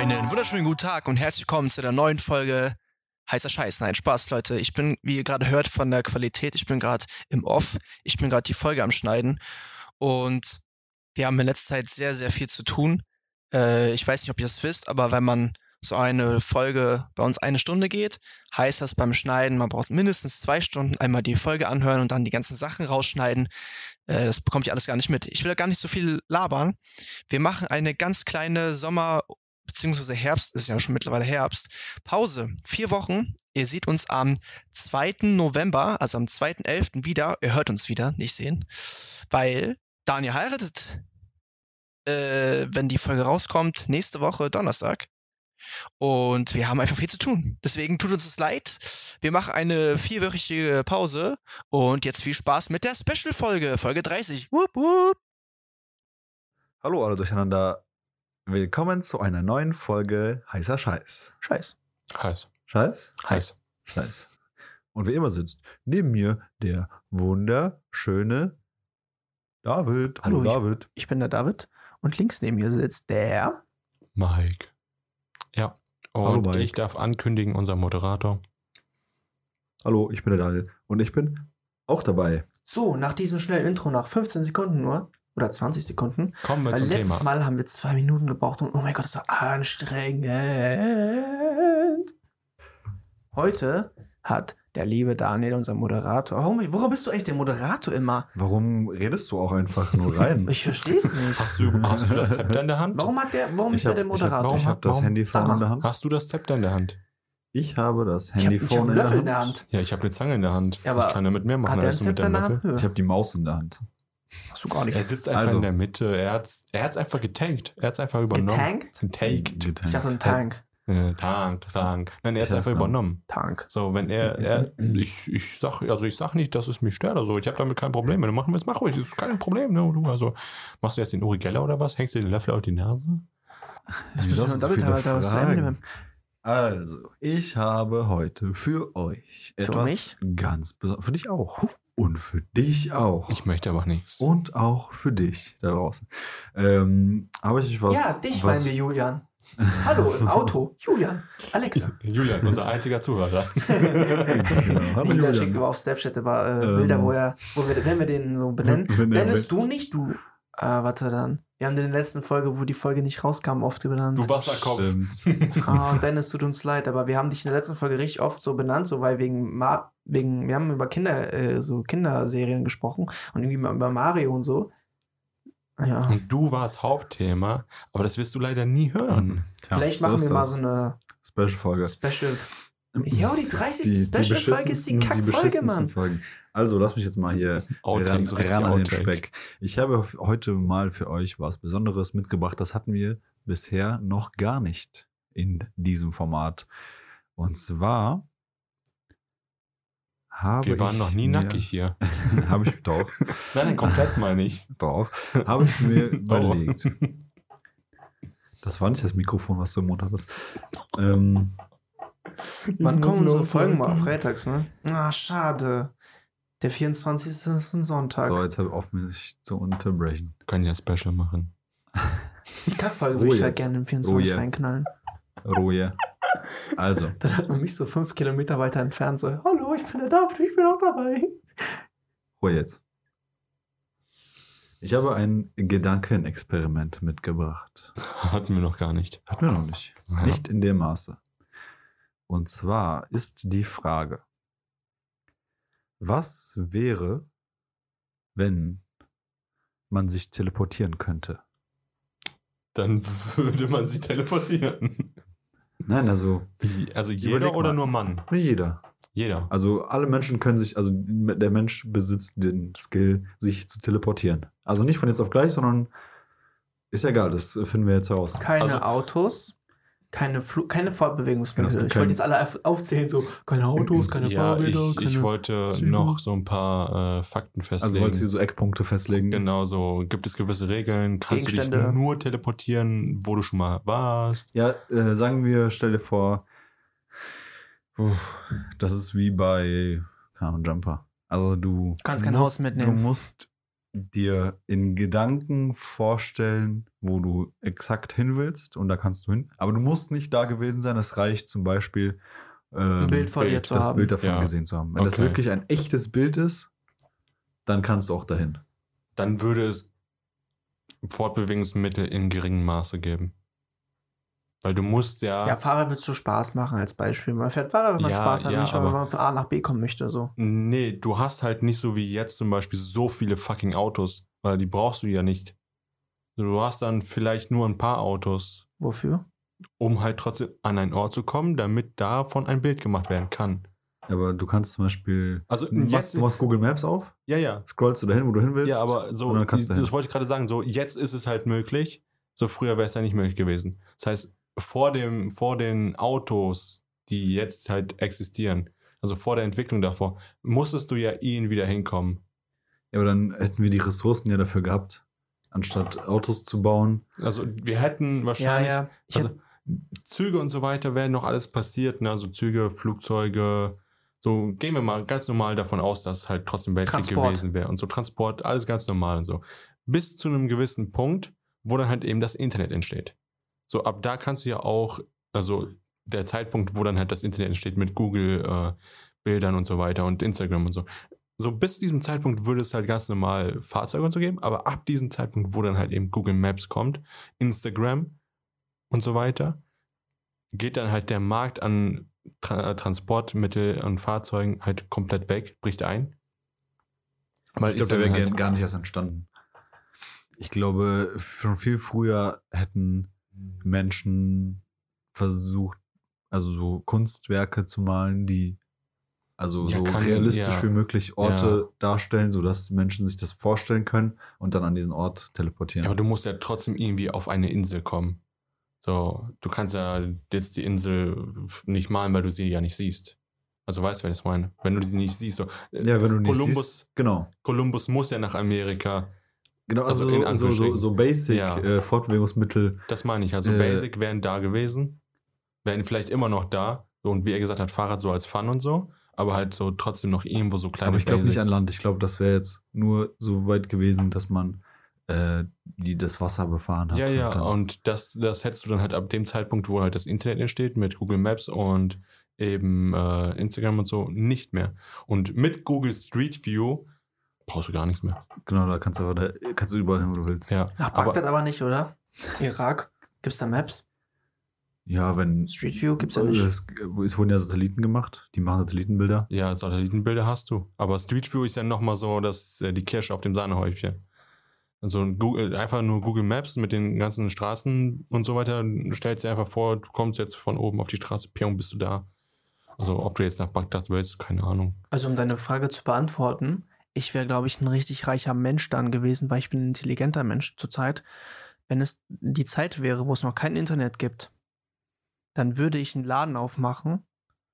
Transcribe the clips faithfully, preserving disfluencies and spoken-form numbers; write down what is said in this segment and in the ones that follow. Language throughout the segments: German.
Einen wunderschönen guten Tag und herzlich willkommen zu der neuen Folge Heißer Scheiß. Nein, Spaß, Leute. Ich bin, wie ihr gerade hört, von der Qualität, ich bin gerade im Off. Ich bin gerade die Folge am Schneiden und wir haben in letzter Zeit sehr, sehr viel zu tun. Äh, ich weiß nicht, ob ihr das wisst, aber wenn man so eine Folge bei uns eine Stunde geht, heißt das beim Schneiden, man braucht mindestens zwei Stunden, einmal die Folge anhören und dann die ganzen Sachen rausschneiden. Äh, das bekommt ihr alles gar nicht mit. Ich will da gar nicht so viel labern. Wir machen eine ganz kleine Sommer- beziehungsweise Herbst, ist ja schon mittlerweile Herbst, Pause. Vier Wochen. Ihr seht uns am zweiten November, also am zweiten elften wieder. Ihr hört uns wieder, nicht sehen, weil Daniel heiratet. Äh, wenn die Folge rauskommt, nächste Woche Donnerstag. Und wir haben einfach viel zu tun. Deswegen tut uns das leid. Wir machen eine vierwöchige Pause und jetzt viel Spaß mit der Special-Folge, Folge dreißig. Wupp, wupp. Hallo alle durcheinander. Willkommen zu einer neuen Folge Heißer Scheiß. Scheiß. Heiß. Scheiß? Heiß. Scheiß. Und wie immer sitzt neben mir der wunderschöne David. Hallo, Hallo David. Ich bin der David und links neben mir sitzt der Mike. Ja. Und Hallo, Mike. Ich darf ankündigen, unser Moderator. Hallo, ich bin der Daniel. Und ich bin auch dabei. So, nach diesem schnellen Intro, nach fünfzehn Sekunden nur, oder zwanzig Sekunden, Kommen wir weil zum letztes Thema. Mal haben wir zwei Minuten gebraucht und oh mein Gott, das war anstrengend. Heute hat der liebe Daniel, unser Moderator, warum, worum bist du eigentlich der Moderator immer? Warum redest du auch einfach nur rein? Ich verstehe es nicht. Hast du, hast du das Zepter in der Hand? Warum hat der, warum Ich ist der hab- der ich hab- Moderator? Ich habe das Warum? Handyphone Sag mal. in der Hand. Hast du das Zepter in der Hand? Ich habe das ich habe hab Handyphone einen in der Löffel Hand. in der Hand. Ja, ich habe eine Zange in der Hand. Ja, aber ich kann ja mit mehr machen Hat er ein als du mit Zepter in deinem der Löffel. Hand? Ich habe die Maus in der Hand. Hast du gar nicht. Er sitzt einfach Also. in der Mitte. Er hat es er hat's einfach getankt. Er hat es einfach übernommen. Getankt? Getankt. Ich dachte ein Tank. Äh, Tank, Tank. Nein, er hat Ich es einfach sag, übernommen. Tank. So, wenn er, er ich, ich sag, also ich sag nicht, dass es mich stört. Also ich habe damit kein Problem. Wenn du machen willst, mach ruhig. Das ist kein Problem. Ne? Du, also machst du jetzt den Uri Geller oder was? Hängst du den Löffel auf die Nase? Das Wieso müssen hast wir du doppelt viele teilweise was Fragen? verändern. Also, ich habe heute für euch etwas mich? ganz Besonderes. Für dich auch. Und für dich auch. Ich möchte aber nichts. Und auch für dich da draußen. Ähm, habe ich was. Ja, dich was, meinen wir, Julian. Hallo, im Auto. Julian, Alexa. Julian, unser einziger Zuhörer. Genau. Hallo, Nee, der Julian. schickt immer auf Snapchat immer äh, Ähm, Bilder, wo er, wo wir, wenn wir den so benennen. Wenn er- Dennis, du nicht, du. Äh, warte dann. Wir haben in der letzten Folge, wo die Folge nicht rauskam, oft benannt. Du Wasserkopf. Stimmt. Ah, Dennis, tut uns leid, aber wir haben dich in der letzten Folge richtig oft so benannt, so weil wegen, Ma wegen wir haben über Kinder, äh, so Kinderserien gesprochen und irgendwie mal über Mario und so. Ja. Und du warst Hauptthema, aber das wirst du leider nie hören. Ja, Vielleicht so machen ist wir mal das. so eine Special-Folge. Special. Ja, die dreißigste Die, Special-Folge ist die beschissensten- Kackfolge, beschissensten Mann. Folgen. Also, lass mich jetzt mal hier ran, Outtake, so richtig ran an den Outtake. Speck. Ich habe heute mal für euch was Besonderes mitgebracht. Das hatten wir bisher noch gar nicht in diesem Format. Und zwar habe Wir waren ich noch nie mir, nackig hier. Habe ich doch. Nein, nein, komplett mal nicht. Doch. Habe ich mir überlegt. Das war nicht das Mikrofon, was du im Mund hattest. Ähm, Wann Ich kommen muss unsere noch Folgen mal? weiter. Freitags, ne? Ah, schade. Der vierundzwanzigste ist ein Sonntag. so, jetzt habe ich auf mich zu unterbrechen. Wir können ja Special machen. Die Kackfolge Oh, würde ich halt jetzt. gerne im vierundzwanzig Oh, yeah. reinknallen. Ruhe. Also, Dann hat man mich so fünf Kilometer weiter entfernt so, hallo, ich bin der David, ich bin auch dabei. Ruhe jetzt. Ich habe ein Gedankenexperiment mitgebracht. Hatten wir noch gar nicht. Hatten wir noch nicht. Ja. Nicht in dem Maße. Und zwar ist die Frage, was wäre, wenn man sich teleportieren könnte? Dann würde man sich teleportieren. Nein, also Wie? Also Überleg jeder oder mal. nur Mann? jeder. Jeder. Also alle Menschen können sich, also der Mensch besitzt den Skill, sich zu teleportieren. Also nicht von jetzt auf gleich, sondern ist ja egal, das finden wir jetzt heraus. Keine Also- Autos, keine, Flu keine Fortbewegungsmittel. Genau, es gibt ich kein- wollte jetzt alle auf- aufzählen, so, keine Autos, keine Ja, ich, Fahrräder, keine... ich wollte Züge. noch so ein paar äh, Fakten Also festlegen. wolltest du so Eckpunkte festlegen? Genau, so gibt es gewisse Regeln. Kannst du dich Gegenstände. nur teleportieren, wo du schon mal warst? Ja, äh, sagen wir, stell dir vor, puh, das ist wie bei keine Ahnung, Jumper. Also du Kannst kein musst, Haus mitnehmen. Du musst dir in Gedanken vorstellen, wo du exakt hin willst und da kannst du hin. Aber du musst nicht da gewesen sein. Es reicht zum Beispiel, ähm, Ein Bild vor dir Bild, zu das haben. Bild davon Ja. gesehen zu haben. Wenn das Okay. wirklich ein echtes Bild ist, dann kannst du auch dahin. Dann würde es Fortbewegungsmittel in geringem Maße geben. Weil du musst ja... Ja, Fahrrad wird so Spaß machen als Beispiel. Man fährt Fahrrad, wenn man Ja, Spaß hat, ja, nicht, weil aber- man von A nach B kommen möchte. So. Nee, du hast halt nicht so wie jetzt zum Beispiel so viele fucking Autos, weil die brauchst du ja nicht. Du hast dann vielleicht nur ein paar Autos, Wofür? um halt trotzdem an einen Ort zu kommen, damit davon ein Bild gemacht werden kann. Aber du kannst zum Beispiel. Also Du machst, jetzt, du machst Google Maps auf, ja, ja, scrollst du dahin, wo du hin willst. ja, aber so, und dann kannst du das dahin. wollte ich gerade sagen, so jetzt ist es halt möglich, so früher wäre es ja nicht möglich gewesen. Das heißt, vor dem, vor den Autos, die jetzt halt existieren, also vor der Entwicklung davor, musstest du ja ihn wieder hinkommen. Ja, aber dann hätten wir die Ressourcen ja dafür gehabt, anstatt Autos zu bauen. Also wir hätten Ja, wahrscheinlich, ja. Ich also hab, Züge und so weiter wären noch alles passiert, ne? Also Züge, Flugzeuge, so gehen wir mal ganz normal davon aus, dass halt trotzdem Weltkrieg Transport. gewesen wäre und so Transport, alles ganz normal und so. Bis zu einem gewissen Punkt, wo dann halt eben das Internet entsteht. So ab da kannst du ja auch, also der Zeitpunkt, wo dann halt das Internet entsteht mit Google äh, Bildern und so weiter und Instagram und so. So bis zu diesem Zeitpunkt würde es halt ganz normal Fahrzeuge und so geben, aber ab diesem Zeitpunkt, wo dann halt eben Google Maps kommt, Instagram und so weiter, geht dann halt der Markt an Tra- Transportmittel und Fahrzeugen halt komplett weg, bricht ein. Weil Ich glaube, der ist wäre dann gar- gar nicht erst entstanden. Ich glaube, schon viel früher hätten Menschen versucht, also so Kunstwerke zu malen, die also Ja, so kann- realistisch ja. wie möglich Orte Ja. darstellen, sodass Menschen sich das vorstellen können und dann an diesen Ort teleportieren. Ja, aber du musst ja trotzdem irgendwie auf eine Insel kommen. So, du kannst ja jetzt die Insel nicht malen, weil du sie ja nicht siehst. Also weißt du, was ich meine? Wenn du sie nicht siehst, so. äh, ja, wenn du nicht Kolumbus, siehst, genau. Kolumbus muss ja nach Amerika. Genau, also, Also in so, so, so, Anführungsstrichen. so basic Ja. äh, Fortbewegungsmittel. Das meine ich. Also Äh. Basic wären da gewesen, wären vielleicht immer noch da. So, und wie er gesagt hat, Fahrrad so als Fun und so, aber halt so trotzdem noch irgendwo so kleine Aber ich glaube nicht Basics. an Land. Ich glaube, das wäre jetzt nur so weit gewesen, dass man äh, die das Wasser befahren hat. Ja, ja, Und dann- und das, das hättest du dann halt ab dem Zeitpunkt, wo halt das Internet entsteht, mit Google Maps und eben äh, Instagram und so, nicht mehr. Und mit Google Street View brauchst du gar nichts mehr. Genau, da kannst du, aber da kannst du überall hin, wo du willst. Ja, nach aber Bagdad aber nicht, oder? Irak? Gibt's da Maps? Ja, wenn. Street View gibt's ja nicht. Es, es wurden ja Satelliten gemacht, die machen Satellitenbilder. ja, Satellitenbilder hast du. Aber Street View ist ja nochmal so, dass äh, die Kirsche auf dem Sahnehäubchen. Also Google, einfach nur Google Maps mit den ganzen Straßen und so weiter, stellst dir einfach vor, du kommst jetzt von oben auf die Straße, pion, bist du da. Also ob du jetzt nach Bagdad willst, keine Ahnung. Also um deine Frage zu beantworten, ich wäre, glaube ich, ein richtig reicher Mensch dann gewesen, weil ich bin ein intelligenter Mensch zurzeit. Wenn es die Zeit wäre, wo es noch kein Internet gibt, dann würde ich einen Laden aufmachen,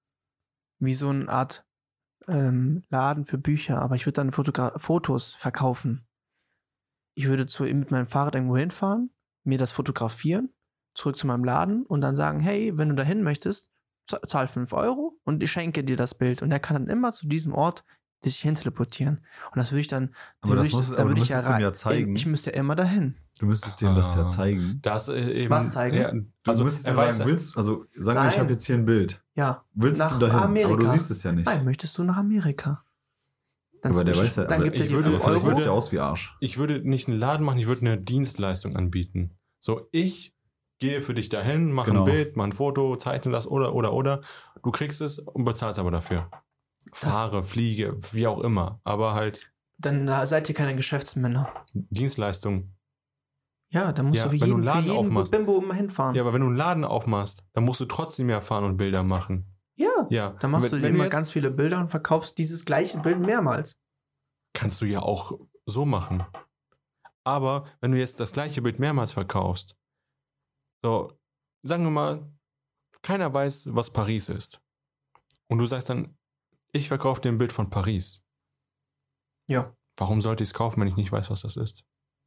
wie so eine Art ähm, Laden für Bücher, aber ich würde dann Fotogra- Fotos verkaufen. Ich würde zu, mit meinem Fahrrad irgendwo hinfahren, mir das fotografieren, zurück zu meinem Laden und dann sagen, hey, wenn du dahin möchtest, z- zahl fünf Euro und ich schenke dir das Bild. Und er kann dann immer zu diesem Ort sich hin teleportieren. Und das würde ich dann, Aber würde das ich, muss- da aber du würde ich müsstest ihm rei- ja zeigen. Ich müsste ja immer dahin. Du müsstest dir das ja Ah. zeigen. Das äh, eben, Was zeigen? Ja, Du also müsstest er ja weiß, sagen, willst also sagen wir, ich Nein. habe jetzt hier ein Bild. Ja. Willst Nach du dahin? Amerika. Aber du siehst es ja nicht. Nein, möchtest du nach Amerika? Dann, aber der weiß ja, dann aber gibt er ich dir würde- fünf vielleicht Euro. sieht es ja Euro. aus wie Arsch. ich würde nicht einen Laden machen, ich würde eine Dienstleistung anbieten. So, ich gehe für dich dahin, mache Genau. ein Bild, mache ein Foto, zeichne das oder, oder, oder. Du kriegst es und bezahlst aber dafür. Fahre, fliege, wie auch immer. Aber halt Dann äh, seid ihr keine Geschäftsmänner. Dienstleistung. Ja, dann musst Ja, du für wenn du jeden, einen Laden für jeden aufmachst. Bimbo immer hinfahren. Ja, aber wenn du einen Laden aufmachst, dann musst du trotzdem ja fahren und Bilder machen. Ja, Ja. dann machst wenn, du dir wenn immer jetzt, ganz viele Bilder und verkaufst dieses gleiche Bild mehrmals. Kannst du ja auch so machen. Aber wenn du jetzt das gleiche Bild mehrmals verkaufst, so, sagen wir mal, keiner weiß, was Paris ist. Und du sagst dann, ich verkaufe dir ein Bild von Paris. Ja. Warum sollte ich es kaufen, wenn ich nicht weiß, was das ist?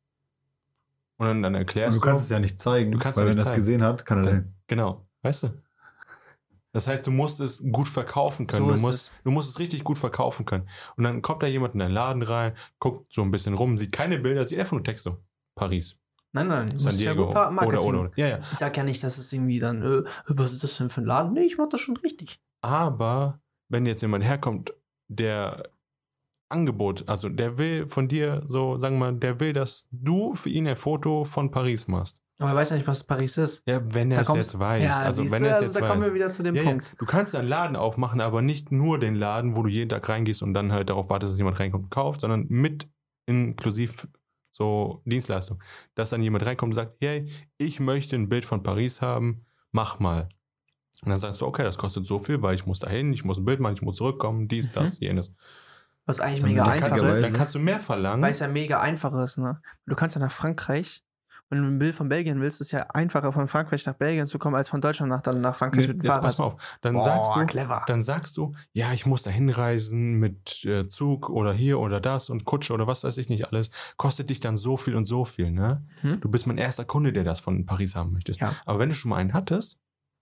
Und dann, dann Und erklärst du kannst es ja nicht zeigen, Du kannst weil ja wenn nicht er es zeigen. gesehen hat, kann er dann, dahin. genau, weißt du? Das heißt, du musst es gut verkaufen können. So du, ist musst, es. du musst es richtig gut verkaufen können. Und dann kommt da jemand in den Laden rein, guckt so ein bisschen rum, sieht keine Bilder, sieht einfach nur Texte. Paris, Nein, nein, du San musst ja Diego gut ver- Marketing. oder, oder, oder. Ja, ja. Ich sag ja nicht, dass es irgendwie dann, äh, was ist das denn für ein Laden? Nee, ich mach das schon richtig. Aber wenn jetzt jemand herkommt, der Angebot, also der will von dir so, sagen wir mal, der will, dass du für ihn ein Foto von Paris machst. Aber er weiß ja nicht, was Paris ist. Ja, wenn er Da es kommst- jetzt weiß. Ja, also siehste, wenn er es also jetzt da weiß. kommen wir wieder zu dem ja, Punkt. Ja. Du kannst einen Laden aufmachen, aber nicht nur den Laden, wo du jeden Tag reingehst und dann halt darauf wartest, dass jemand reinkommt und kauft, sondern mit inklusiv so Dienstleistung. Dass dann jemand reinkommt und sagt, hey, ich möchte ein Bild von Paris haben, mach mal. Und dann sagst du, okay, das kostet so viel, weil ich muss dahin, ich muss ein Bild machen, ich muss zurückkommen, dies, Mhm. das, jenes. Was eigentlich Dann mega das einfach kannst du- ist. Dann kannst du mehr verlangen. Weil es ja mega einfach ist, ne? Du kannst ja nach Frankreich, wenn du ein Bild von Belgien willst, ist es ja einfacher von Frankreich nach Belgien zu kommen, als von Deutschland nach, dann nach Frankreich mit dem Jetzt Fahrrad. pass mal auf. Dann Boah, sagst du, clever. dann sagst du, ja, ich muss da hinreisen mit äh, Zug oder hier oder das und Kutsche oder was weiß ich nicht alles. Kostet dich dann so viel und so viel, ne? Hm? Du bist mein erster Kunde, der das von Paris haben möchtest. Ja. Aber wenn du schon mal einen hattest,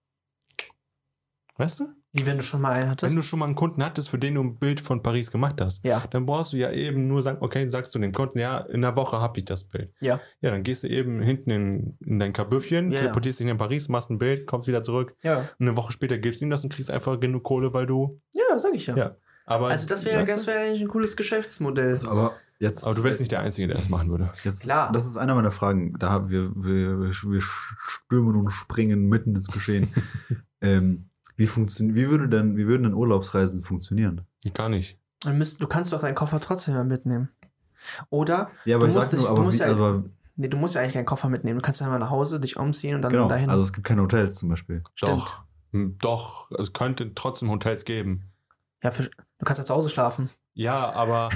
weißt du? Wie wenn du schon mal einen hattest. Wenn du schon mal einen Kunden hattest, für den du ein Bild von Paris gemacht hast, ja, dann brauchst du ja eben nur sagen, okay, sagst du dem Kunden, ja, in einer Woche habe ich das Bild. ja, Ja, dann gehst du eben hinten in, in dein Kabüffchen, Ja, ja. teleportierst dich in Paris, machst ein Bild, kommst wieder zurück. ja. Und eine Woche später gibst du ihm das und kriegst einfach genug Kohle, weil du. Ja, sag ich ja. Ja. Aber, Also das wäre weißt du? das wäre eigentlich ein cooles Geschäftsmodell. Also, aber jetzt. Aber du wärst nicht der Einzige, der das machen würde. Jetzt, Klar. Das ist einer meiner Fragen. Da haben wir, wir, wir stürmen und springen mitten ins Geschehen. ähm, wie, funktion- wie, würde denn, wie würden denn Urlaubsreisen funktionieren? Gar nicht. Du, müsst, du kannst doch deinen Koffer trotzdem mal mitnehmen. Oder Ja, aber du ich musst sag dich, nur, du aber, musst wie, ja, aber nee, du musst ja eigentlich keinen Koffer mitnehmen. Du kannst ja mal nach Hause dich umziehen und dann genau, dahin. also es gibt keine Hotels zum Beispiel. Stimmt. Doch. Hm, Doch. Es könnte trotzdem Hotels geben. Ja, für, du kannst ja zu Hause schlafen. Ja, aber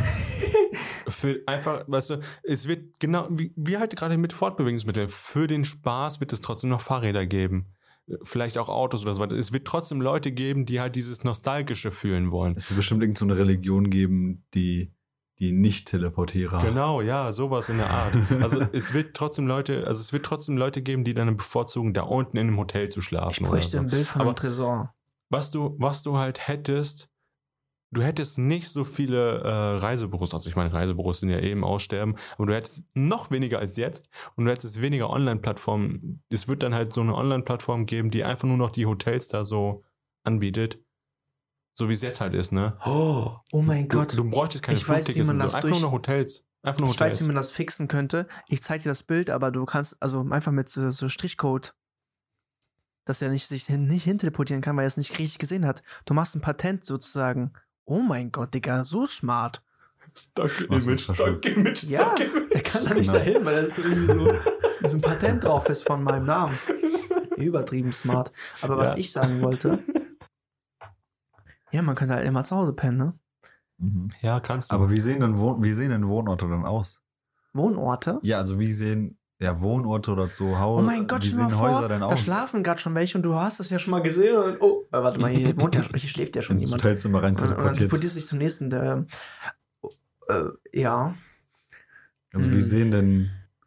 für einfach, weißt du, es wird genau, wie, wie halt gerade mit Fortbewegungsmitteln, für den Spaß wird es trotzdem noch Fahrräder geben. Vielleicht auch Autos oder so weiter. Es wird trotzdem Leute geben, die halt dieses Nostalgische fühlen wollen. Es wird bestimmt irgend so eine Religion geben, die, die nicht Teleportierer. Genau, ja, sowas in der Art. Also es wird trotzdem Leute, also es wird trotzdem Leute geben, die dann bevorzugen, da unten in einem Hotel zu Ich schlafen. bräuchte oder ein so. Bild von Aber einem Tresor. was du, was du halt hättest, du hättest nicht so viele äh, Reisebüros, also ich meine, Reisebüros sind ja eh im Aussterben, aber du hättest noch weniger als jetzt und du hättest weniger Online-Plattformen. Es wird dann halt so eine Online-Plattform geben, die einfach nur noch die Hotels da so anbietet. So wie es jetzt halt ist, ne? Oh, oh mein Du, Gott. du bräuchtest keine Ich weiß, wie Flugtickets man und das so. Einfach durch- nur noch Hotels. Einfach nur Ich weiß, Hotels. wie man das fixen könnte. Ich zeige dir das Bild, aber du kannst, also einfach mit so, so Strichcode, dass er nicht, sich hin- nicht hinteleportieren kann, weil er es nicht richtig gesehen hat. Du machst ein Patent sozusagen. Oh mein Gott, Digga, so smart. Stock Was Image, ist das Stock Image, Stock Ja, Image. der kann da nicht Genau. dahin, weil da ist irgendwie so, so ein Patent drauf ist von meinem Namen. Übertrieben smart. Aber was Ja. ich sagen wollte, ja, man könnte halt immer zu Hause pennen, ne? Mhm. Ja, kannst du. Aber wie sehen, denn Wohn wie sehen denn Wohnorte dann aus? Wohnorte. Ja, also wie sehen ja, Wohnorte oder zu Hause? Oh mein Gott, wie stell dir sehen mal Häuser vor, denn da aus? schlafen gerade schon welche und du hast es ja schon mal gesehen und oh, äh, warte mal, hier wohnt ja, hier schläft ja schon Ins jemand. Hotelzimmer rein Und, und dann teleportiert. teleportierst du dich zum nächsten, der, äh, ja. Also wie Hm. sehen denn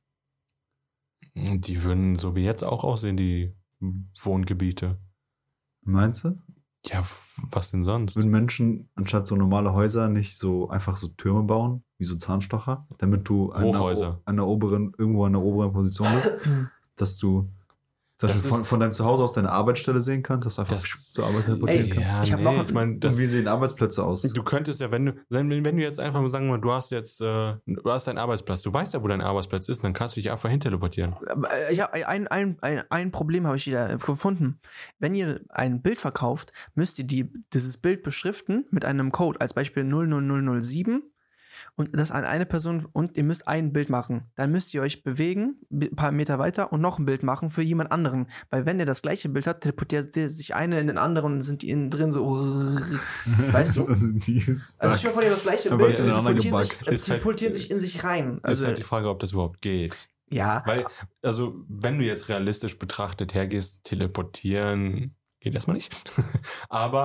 Die würden so wie jetzt auch aussehen, die Wohngebiete. Meinst du? Ja, f- was denn sonst? Würden Menschen anstatt so normale Häuser nicht so einfach so Türme bauen, wie so Zahnstocher, damit du an der, Hochhäuser. an der oberen, irgendwo an der oberen Position bist, dass du zum Das Beispiel von, ist- von deinem Zuhause aus deine Arbeitsstelle sehen kannst, dass du einfach Das- zur Arbeit teleportieren Ey, kannst. Ja, Ich hab nee, noch- ich meine, das, Und wie sehen Arbeitsplätze aus? du könntest ja, wenn du, wenn, wenn du jetzt einfach mal sagen wir, mal, du hast jetzt, äh, du hast deinen Arbeitsplatz, du weißt ja, wo dein Arbeitsplatz ist, dann kannst du dich einfach hin teleportieren. Aber, äh, ja, ein, ein, ein, ein Problem habe ich wieder gefunden. Wenn ihr ein Bild verkauft, müsst ihr die, dieses Bild beschriften mit einem Code, als Beispiel null null null null sieben und das an eine Person und ihr müsst ein Bild machen. Dann müsst ihr euch bewegen, ein paar Meter weiter und noch ein Bild machen für jemand anderen. Weil wenn ihr das gleiche Bild hat, teleportiert sich eine in den anderen und sind die innen drin so. Weißt du? Also die ist Also ich höre von dir das gleiche Aber Bild und ineinander teleportieren sich, gebackt. äh, Ist halt- teleportieren sich in sich rein. ist Also, halt die Frage, ob das überhaupt geht. ja. Weil, also, wenn du jetzt realistisch betrachtet hergehst, teleportieren geht erstmal nicht. Aber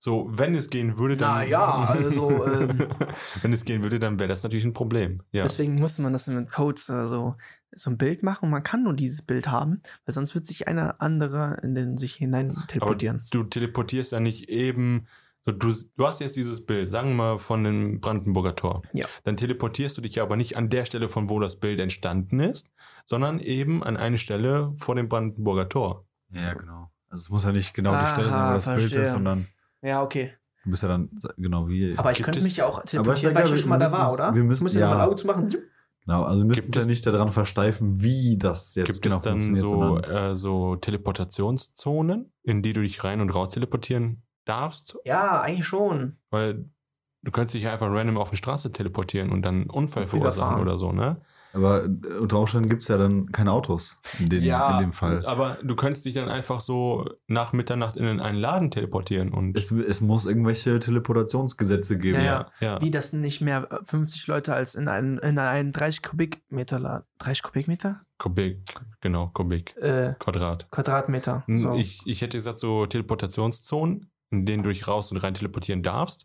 So, wenn es gehen würde, dann. Na ja, also, ähm, wenn es gehen würde, dann wäre das natürlich ein Problem. Ja. Deswegen musste man das mit Codes äh, so, so ein Bild machen. Und man kann nur dieses Bild haben, weil sonst wird sich einer andere in den sich hinein teleportieren. Aber du teleportierst ja nicht eben. So, du, du hast jetzt dieses Bild, sagen wir mal, von dem Brandenburger Tor. Ja. Dann teleportierst du dich ja aber nicht an der Stelle, von wo das Bild entstanden ist, sondern eben an eine Stelle vor dem Brandenburger Tor. Ja, genau. Also es muss ja nicht genau die Aha, Stelle sein, wo das verstehe. Bild ist, sondern Ja, okay. du bist ja dann genau wie. Aber ich Gibt könnte es- mich ja auch Aber teleportieren, ich weil ich sag, ja schon mal wir da war, müssen's- oder? wir müssen- ich muss ja, ja. nur mein Auge zu machen. Genau, also wir müssen Gibt uns ja es- nicht daran versteifen, wie das jetzt Gibt genau es dann funktioniert, so, sondern äh, so Teleportationszonen, in die du dich rein und raus teleportieren darfst? Ja, eigentlich schon. Weil du könntest dich ja einfach random auf eine Straße teleportieren und dann einen Unfall Und verursachen überfahren. oder so, ne? aber äh, unter Umständen gibt es ja dann keine Autos in, den, in dem Fall. aber du könntest dich dann einfach so nach Mitternacht in einen Laden teleportieren und Es, es muss irgendwelche Teleportationsgesetze geben. Ja, ja, ja. Wie das nicht mehr fünfzig Leute als in einen, in einen dreißig Kubikmeter Laden. dreißig Kubikmeter? Kubik, genau, Kubik, Äh, Quadrat. Quadratmeter. N- So. Ich, ich hätte gesagt, so Teleportationszonen, in denen du dich raus und rein teleportieren darfst.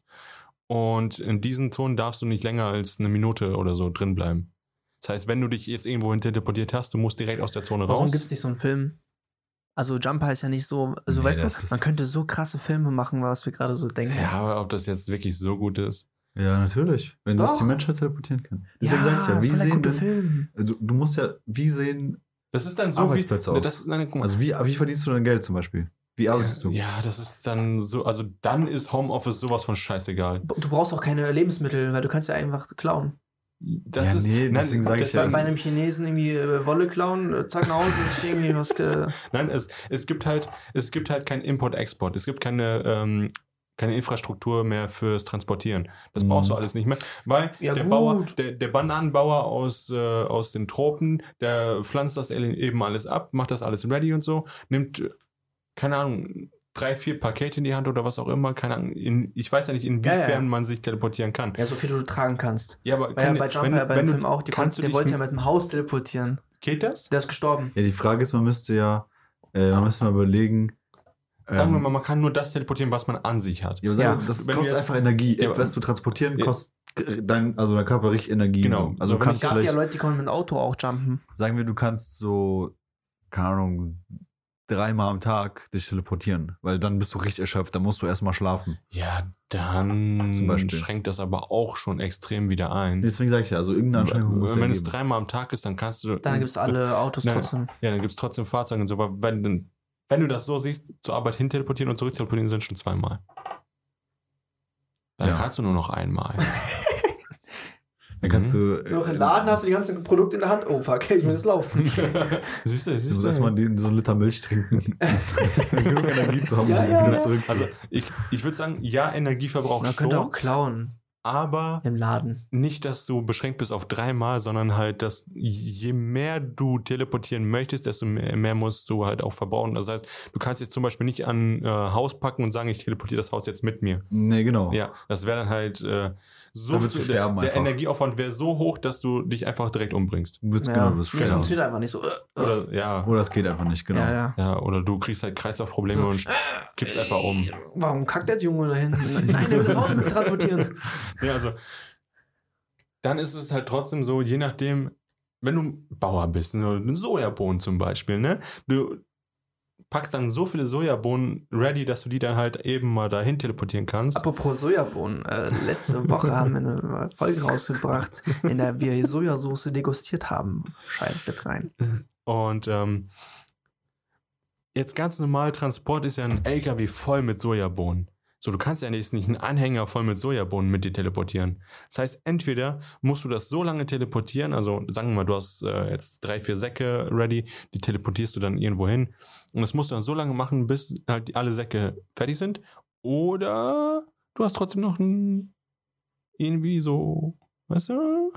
Und in diesen Zonen darfst du nicht länger als eine Minute oder so drin bleiben. Das heißt, wenn du dich jetzt irgendwo hin teleportiert hast, du musst direkt aus der Zone Warum raus. gibt es nicht so einen Film? Also Jumper ist ja nicht so, also Nee, weißt das du, ist- man könnte so krasse Filme machen, was wir gerade so denken. Ja, aber ob das jetzt wirklich so gut ist. Ja, natürlich. Wenn sich Doch. die Menschheit teleportieren kann. Deswegen sage ich ja, das wie ist voll der sehen gute denn, Film. du, du musst ja, wie sehen, Das ist dann so Arbeitsplätze wie. aus. Das, nein, guck mal. also wie, wie verdienst du dein Geld zum Beispiel? Wie arbeitest du? Ja, das ist dann so, also dann ist Homeoffice sowas von scheißegal. Du brauchst auch keine Lebensmittel, weil du kannst ja einfach klauen. Das Ja, ist, nee, deswegen sag ich das ja, ist- Bei einem Chinesen irgendwie äh, Wolle klauen, äh, zack nach Hause, sich irgendwie was ge Nein, es, es gibt halt, es gibt halt kein Import-Export. Es gibt keine, ähm, keine Infrastruktur mehr fürs Transportieren. Das Mhm. brauchst du alles nicht mehr. Weil Ja, der gut. Bauer, der, der Bananenbauer aus, äh, aus den Tropen, der pflanzt das eben alles ab, macht das alles ready und so, nimmt, äh, keine Ahnung, drei, vier Pakete in die Hand oder was auch immer, keine Ahnung, in, ich weiß ja nicht, inwiefern Ja, ja. man sich teleportieren kann. Ja, so viel du tragen kannst. Ja, aber Weil ja kann- bei Jumper, wenn, ja beim wenn du, Film auch, die kannst konnte, du der dich wollte ja mit- mit dem Haus teleportieren. geht das? Der ist gestorben. Ja, die Frage ist, man müsste ja, äh, man müsste mal überlegen. Sagen wir ähm, mal, man kann nur das teleportieren, was man an sich hat. Ja, aber sagen Ja. wir, das Wenn kostet wir jetzt- einfach Energie. Ja, aber- Etwas zu transportieren Ja. kostet dein, also dein Körper richtig Energie. Genau. So. Also So, du wenn kannst Es gab ja vielleicht, Leute, die konnten mit dem Auto auch jumpen. sagen wir, du kannst so, keine Ahnung, dreimal am Tag dich teleportieren, weil dann bist du richtig erschöpft, dann musst du erstmal schlafen. Ja, dann Zum Beispiel. schränkt das aber auch schon extrem wieder ein. Deswegen sage ich ja, also irgendeine Anstrengung muss ja Wenn es geben. dreimal am Tag ist, dann kannst du. Dann gibt es alle Autos Nein. trotzdem. Ja, dann gibt es trotzdem Fahrzeuge und so. Aber wenn, dann- wenn du das so siehst, zur Arbeit hin teleportieren und zurück teleportieren sind schon zweimal. Dann Ja. kannst du nur noch einmal. Dann kannst Mhm. du. Noch im Laden hast du die ganzen Produkte in der Hand. Oh fuck, ich muss jetzt laufen. siehst du, Du siehst musst du. erstmal den, so einen Liter Milch trinken. Genug Energie zu haben, Ja, um ja, wieder ja. zurückzukommen. Also ich, ich würde sagen, ja, Energieverbrauch Man könnte auch schon, klauen aber im Laden. nicht, dass du beschränkt bist auf dreimal, sondern halt, dass je mehr du teleportieren möchtest, desto mehr, mehr musst du halt auch verbrauchen. Das heißt, du kannst jetzt zum Beispiel nicht an äh, Haus packen und sagen, ich teleportiere das Haus jetzt mit mir. Nee, genau. Ja, das wäre dann halt äh, so Dann würdest du viel, der, sterben der einfach. Energieaufwand wäre so hoch, dass du dich einfach direkt umbringst. Du würdest, Ja, genau, du wirst das sterben. funktioniert einfach nicht so. Äh, Oder ja, Oder es geht einfach nicht, genau. Ja, ja. ja, oder du kriegst halt Kreislaufprobleme So. und kippst einfach um. Warum kackt der Junge da hinten? Nein, der will das Haus mit transportieren. Ja, also dann ist es halt trotzdem so, je nachdem, wenn du Bauer bist, ne, ein Sojabohnen zum Beispiel, ne, du packst dann so viele Sojabohnen ready, dass du die dann halt eben mal dahin teleportieren kannst. Apropos Sojabohnen. Äh, letzte Woche haben wir eine Folge rausgebracht, in der wir Sojasauce degustiert haben. Schaltet rein. Und ähm, jetzt ganz normal Transport ist ja ein L K W voll mit Sojabohnen. So, du kannst ja jetzt nicht einen Anhänger voll mit Sojabohnen mit dir teleportieren. Das heißt, entweder musst du das so lange teleportieren, also sagen wir mal, du hast äh, jetzt drei, vier Säcke ready, die teleportierst du dann irgendwo hin. Und das musst du dann so lange machen, bis halt alle Säcke fertig sind. Oder du hast trotzdem noch ein irgendwie so, weißt du?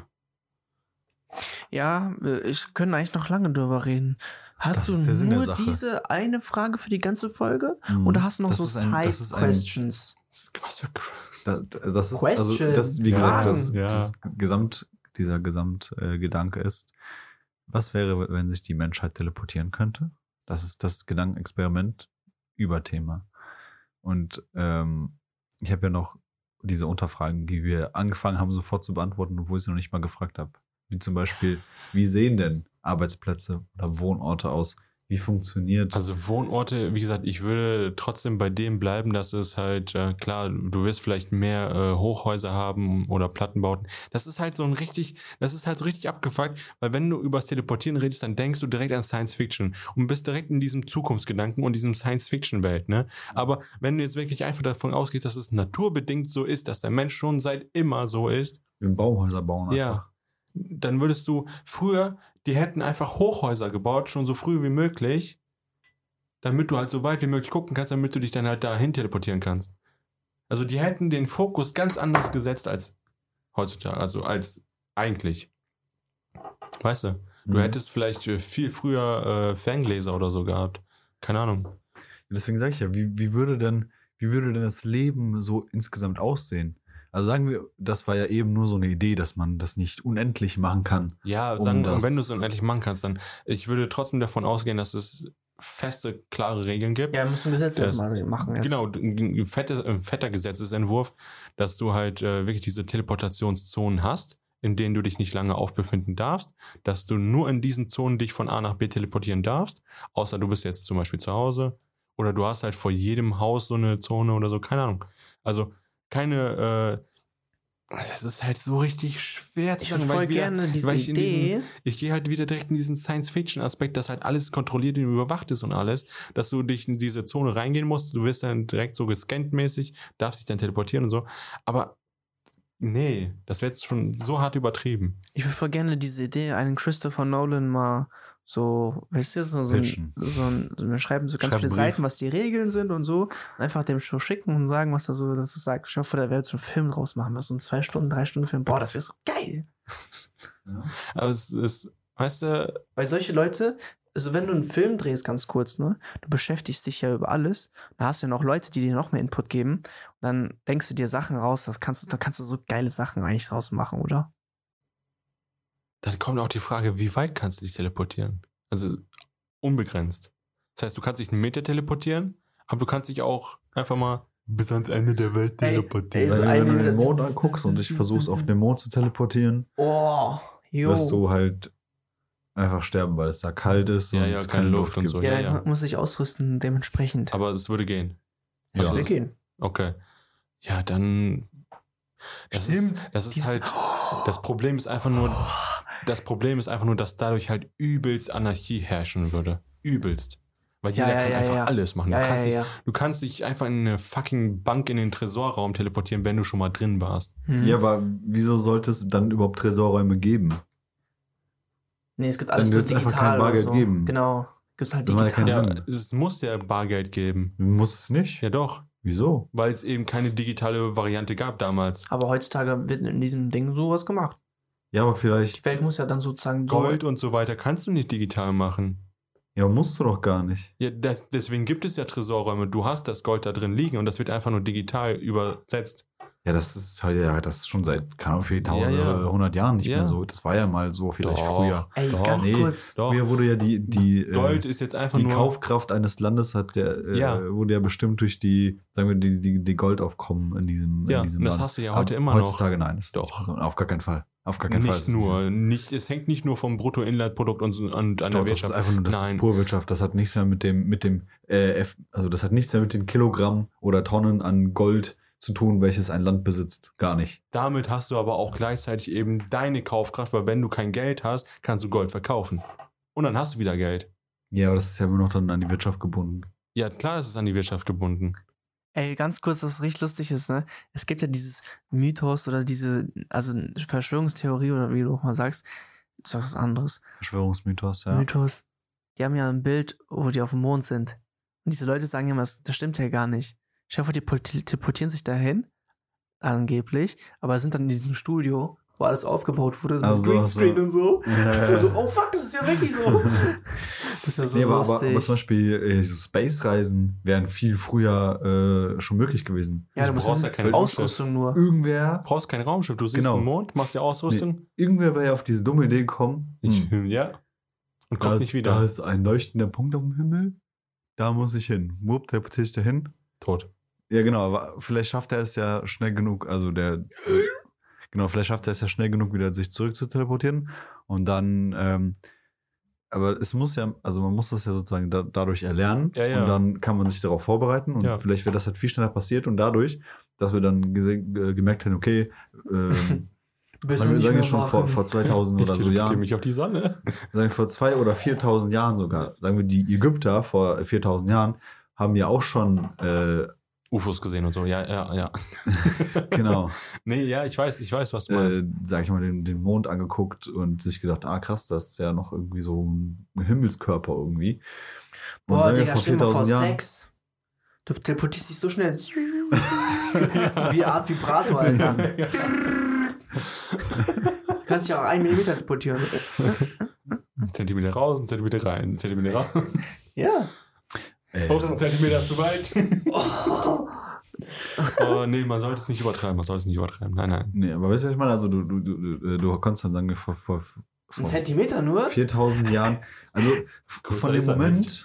Ja, äh, ich könnte eigentlich noch lange drüber reden. Hast Das du ist der Sinn der nur Sache. diese eine Frage für die ganze Folge? Mhm. Oder hast du noch Das so ist ein- das ist ein- Side-Questions? Was für Das, das ist, also, Question. das, wie gesagt, das, Fragen. Ja. das Gesamt, dieser Gesamtgedanke äh, Gedanke ist, was wäre, wenn sich die Menschheit teleportieren könnte? Das ist das Gedankenexperiment Überthema. Und ähm, ich habe ja noch diese Unterfragen, die wir angefangen haben, sofort zu beantworten, obwohl ich sie noch nicht mal gefragt habe. Wie zum Beispiel, wie sehen denn Arbeitsplätze oder Wohnorte aus? Wie funktioniert Also Wohnorte, wie gesagt, ich würde trotzdem bei dem bleiben, dass es halt, äh, klar, du wirst vielleicht mehr äh, Hochhäuser haben oder Plattenbauten. Das ist halt so ein richtig, das ist halt so richtig abgefuckt, weil wenn du über das Teleportieren redest, dann denkst du direkt an Science Fiction und bist direkt in diesem Zukunftsgedanken und diesem Science Fiction Welt, ne? Aber wenn du jetzt wirklich einfach davon ausgehst, dass es naturbedingt so ist, dass der Mensch schon seit immer so ist, wir Baumhäuser bauen einfach? ja, dann würdest du früher, die hätten einfach Hochhäuser gebaut, schon so früh wie möglich, damit du halt so weit wie möglich gucken kannst, damit du dich dann halt dahin teleportieren kannst. Also die hätten den Fokus ganz anders gesetzt als heutzutage, also als eigentlich. Weißt du, du Mhm. hättest vielleicht äh, viel früher äh, Ferngläser oder so gehabt. Keine Ahnung. Deswegen sage ich ja, wie, wie würde denn, wie würde denn das Leben so insgesamt aussehen? Also sagen wir, das war ja eben nur so eine Idee, dass man das nicht unendlich machen kann. Ja, Um sagen, das- und wenn du es unendlich machen kannst, dann, ich würde trotzdem davon ausgehen, dass es feste, klare Regeln gibt. Ja, müssen wir Gesetz Das- erstmal machen jetzt. Genau, ein fette, ein fetter Gesetzesentwurf, dass du halt äh, wirklich diese Teleportationszonen hast, in denen du dich nicht lange aufbefinden darfst, dass du nur in diesen Zonen dich von A nach B teleportieren darfst, außer du bist jetzt zum Beispiel zu Hause oder du hast halt vor jedem Haus so eine Zone oder so, keine Ahnung. Also keine, äh, das ist halt so richtig schwer zu Ich sagen, würde weil voll ich wieder, gerne diese weil ich in diesen- Idee. ich gehe halt wieder direkt in diesen Science-Fiction-Aspekt, dass halt alles kontrolliert und überwacht ist und alles, dass du dich in diese Zone reingehen musst, du wirst dann direkt so gescannt mäßig, darfst dich dann teleportieren und so, aber nee, das wäre jetzt schon so hart übertrieben. Ich würde voll gerne diese Idee, einen Christopher Nolan mal so, weißt du, so, so, ein, Pitchen. so ein, wir schreiben so ganz Schreib viele einen Brief. Seiten, was die Regeln sind und so, und einfach dem schon schicken und sagen, was da so dazu sagt. Ich hoffe, da wäre so einen Film draus machen, was so ein zwei Stunden, drei Stunden Film. Boah, das wäre so geil. Aber es ist, weißt du, Weil solche Leute, also wenn du einen Film drehst, ganz kurz, ne, du beschäftigst dich ja über alles, da hast du ja noch Leute, die dir noch mehr Input geben, und dann denkst du dir Sachen raus, das kannst du, da kannst du so geile Sachen eigentlich draus machen, oder? dann kommt auch die Frage, wie weit kannst du dich teleportieren? Also unbegrenzt. Das heißt, du kannst dich einen Meter teleportieren, aber du kannst dich auch einfach mal bis ans Ende der Welt Ey, teleportieren. ey, so Weil ein- wenn du den Mond anguckst und ich versuch's auf den Mond zu teleportieren, Oh, jo. wirst du halt einfach sterben, weil es da kalt ist Ja, und ja, es keine Luft und gibt. so. Ja, ja, dann ja. muss ich ausrüsten dementsprechend. Aber es würde gehen. das ja. will gehen. Okay. Ja, dann. Das Stimmt. Ist, das ist Dieses- halt. Das Problem ist einfach nur. Das Problem ist einfach nur, dass dadurch halt übelst Anarchie herrschen würde. Übelst. Weil Ja, jeder ja, kann ja, einfach ja. alles machen. Du, Ja, kannst ja, dich, ja. du kannst dich einfach in eine fucking Bank in den Tresorraum teleportieren, wenn du schon mal drin warst. Hm. Ja, aber wieso sollte es dann überhaupt Tresorräume geben? Nee, es gibt Dann alles nur wird's einfach digital kein oder Bargeld so. geben. Genau. Gibt's halt Das macht ja digital. keinen Ja, Sinn. es muss ja Bargeld geben. Muss es nicht? Ja, doch. Wieso? Weil es eben keine digitale Variante gab damals. Aber heutzutage wird in diesem Ding sowas gemacht. Ja, aber Die vielleicht. Welt muss ja dann sozusagen so- Gold und so weiter kannst du nicht digital machen. Ja, musst du doch gar nicht. Ja, das, deswegen gibt es ja Tresorräume. Du hast das Gold da drin liegen und das wird einfach nur digital übersetzt. Ja, das ist halt ja, das ist schon seit, keine Ahnung, viele tausend, Ja, ja. hundert Jahren nicht Ja. mehr so. Das war ja mal so vielleicht Doch. früher. Ey, Doch. ganz Nee. kurz. Doch, Früher wurde ja die, die, Gold äh, ist jetzt einfach die nur... Kaufkraft eines Landes hat der, äh, Ja. wurde ja bestimmt durch die, sagen wir, die, die, die Goldaufkommen in diesem, Ja, in diesem und das Land. hast du ja heute Aber immer noch. Heutzutage nein. Das ist Doch. nicht so. Auf gar keinen Fall. Auf gar keinen Fall. ist Nicht es nur. Nicht, es hängt nicht nur vom Bruttoinlandprodukt und, und an der Doch, das Wirtschaft. ist einfach nur, das Nein. ist pure Wirtschaft. Das hat nichts mehr mit dem, mit dem, äh, F, also das hat nichts mehr mit den Kilogramm oder Tonnen an Gold zu tun, welches ein Land besitzt. Gar nicht. Damit hast du aber auch gleichzeitig eben deine Kaufkraft, weil wenn du kein Geld hast, kannst du Gold verkaufen. Und dann hast du wieder Geld. Ja, aber das ist ja immer noch dann an die Wirtschaft gebunden. Ja, klar ist es an die Wirtschaft gebunden. Ey, ganz kurz, was richtig lustig ist, ne? Es gibt ja dieses Mythos oder diese, also Verschwörungstheorie oder wie du auch mal sagst, ist was anderes. Verschwörungsmythos, ja. Mythos. Die haben ja ein Bild, wo die auf dem Mond sind. Und diese Leute sagen immer, das das stimmt ja gar nicht. Ich hoffe, die pol- teleportieren sich dahin, angeblich, aber sind dann in diesem Studio, wo alles aufgebaut wurde, so Ach mit so, Greenscreen so. und so. Ja. Und so, oh fuck, das ist ja wirklich so. Das ist ja so Nee, aber, lustig. aber, aber zum Beispiel äh, so Space-Reisen wären viel früher äh, schon möglich gewesen. ja, du du musst brauchst ja ja keine Ausrüstung nur. Irgendwer, Du brauchst kein Raumschiff. Du siehst Genau. den Mond, machst dir Ausrüstung. irgendwer wäre ja auf diese dumme Idee gekommen. Ich, hm, ja. Und da, kommt ist, nicht wieder. da ist ein leuchtender Punkt auf dem Himmel. Da muss ich hin. Wupp, teleportiere ich da hin. Tot. Ja, genau, aber vielleicht schafft er es ja schnell genug, also der, genau, vielleicht schafft er es ja schnell genug, wieder sich zurück zu teleportieren und dann, ähm, aber es muss ja, also man muss das ja sozusagen da, dadurch erlernen Ja, ja. und dann kann man sich darauf vorbereiten und Ja. vielleicht wäre das halt viel schneller passiert und dadurch, dass wir dann gese- äh, gemerkt haben, okay, ähm, Bist sagen wir nicht sagen mehr wir schon vor, wach. vor zweitausend Ich oder so teleportiere Jahren, mich auf die Sonne. sagen wir vor zwei oder viertausend Jahren sogar, sagen wir die Ägypter vor viertausend Jahren haben ja auch schon, äh, U F Os gesehen und so, ja, ja, ja. genau, Nee, ja, ich weiß, ich weiß, was du meinst. äh, sag ich mal, den, den Mond angeguckt und sich gedacht, ah krass, das ist ja noch irgendwie so ein Himmelskörper irgendwie. Und Boah, sagen wir Digga, vor stell dir mal vor, viertausend Jahren, Sex. Du teleportierst dich so schnell. so wie eine Art Vibrator, Alter. Du kannst dich auch einen Millimeter teleportieren. Ein Zentimeter raus, ein Zentimeter rein, ein Zentimeter raus. Ja. ey, Ups, ein Zentimeter zu weit. Oh, nee, man sollte es nicht übertreiben, man sollte es nicht übertreiben. Nein, nein. nee, aber weißt du, was ich meine? Also du, du, du, du, du konntest dann sagen, vor, vor, Ein vor Zentimeter nur? viertausend Jahren, also f- Größer von dem ist er Moment,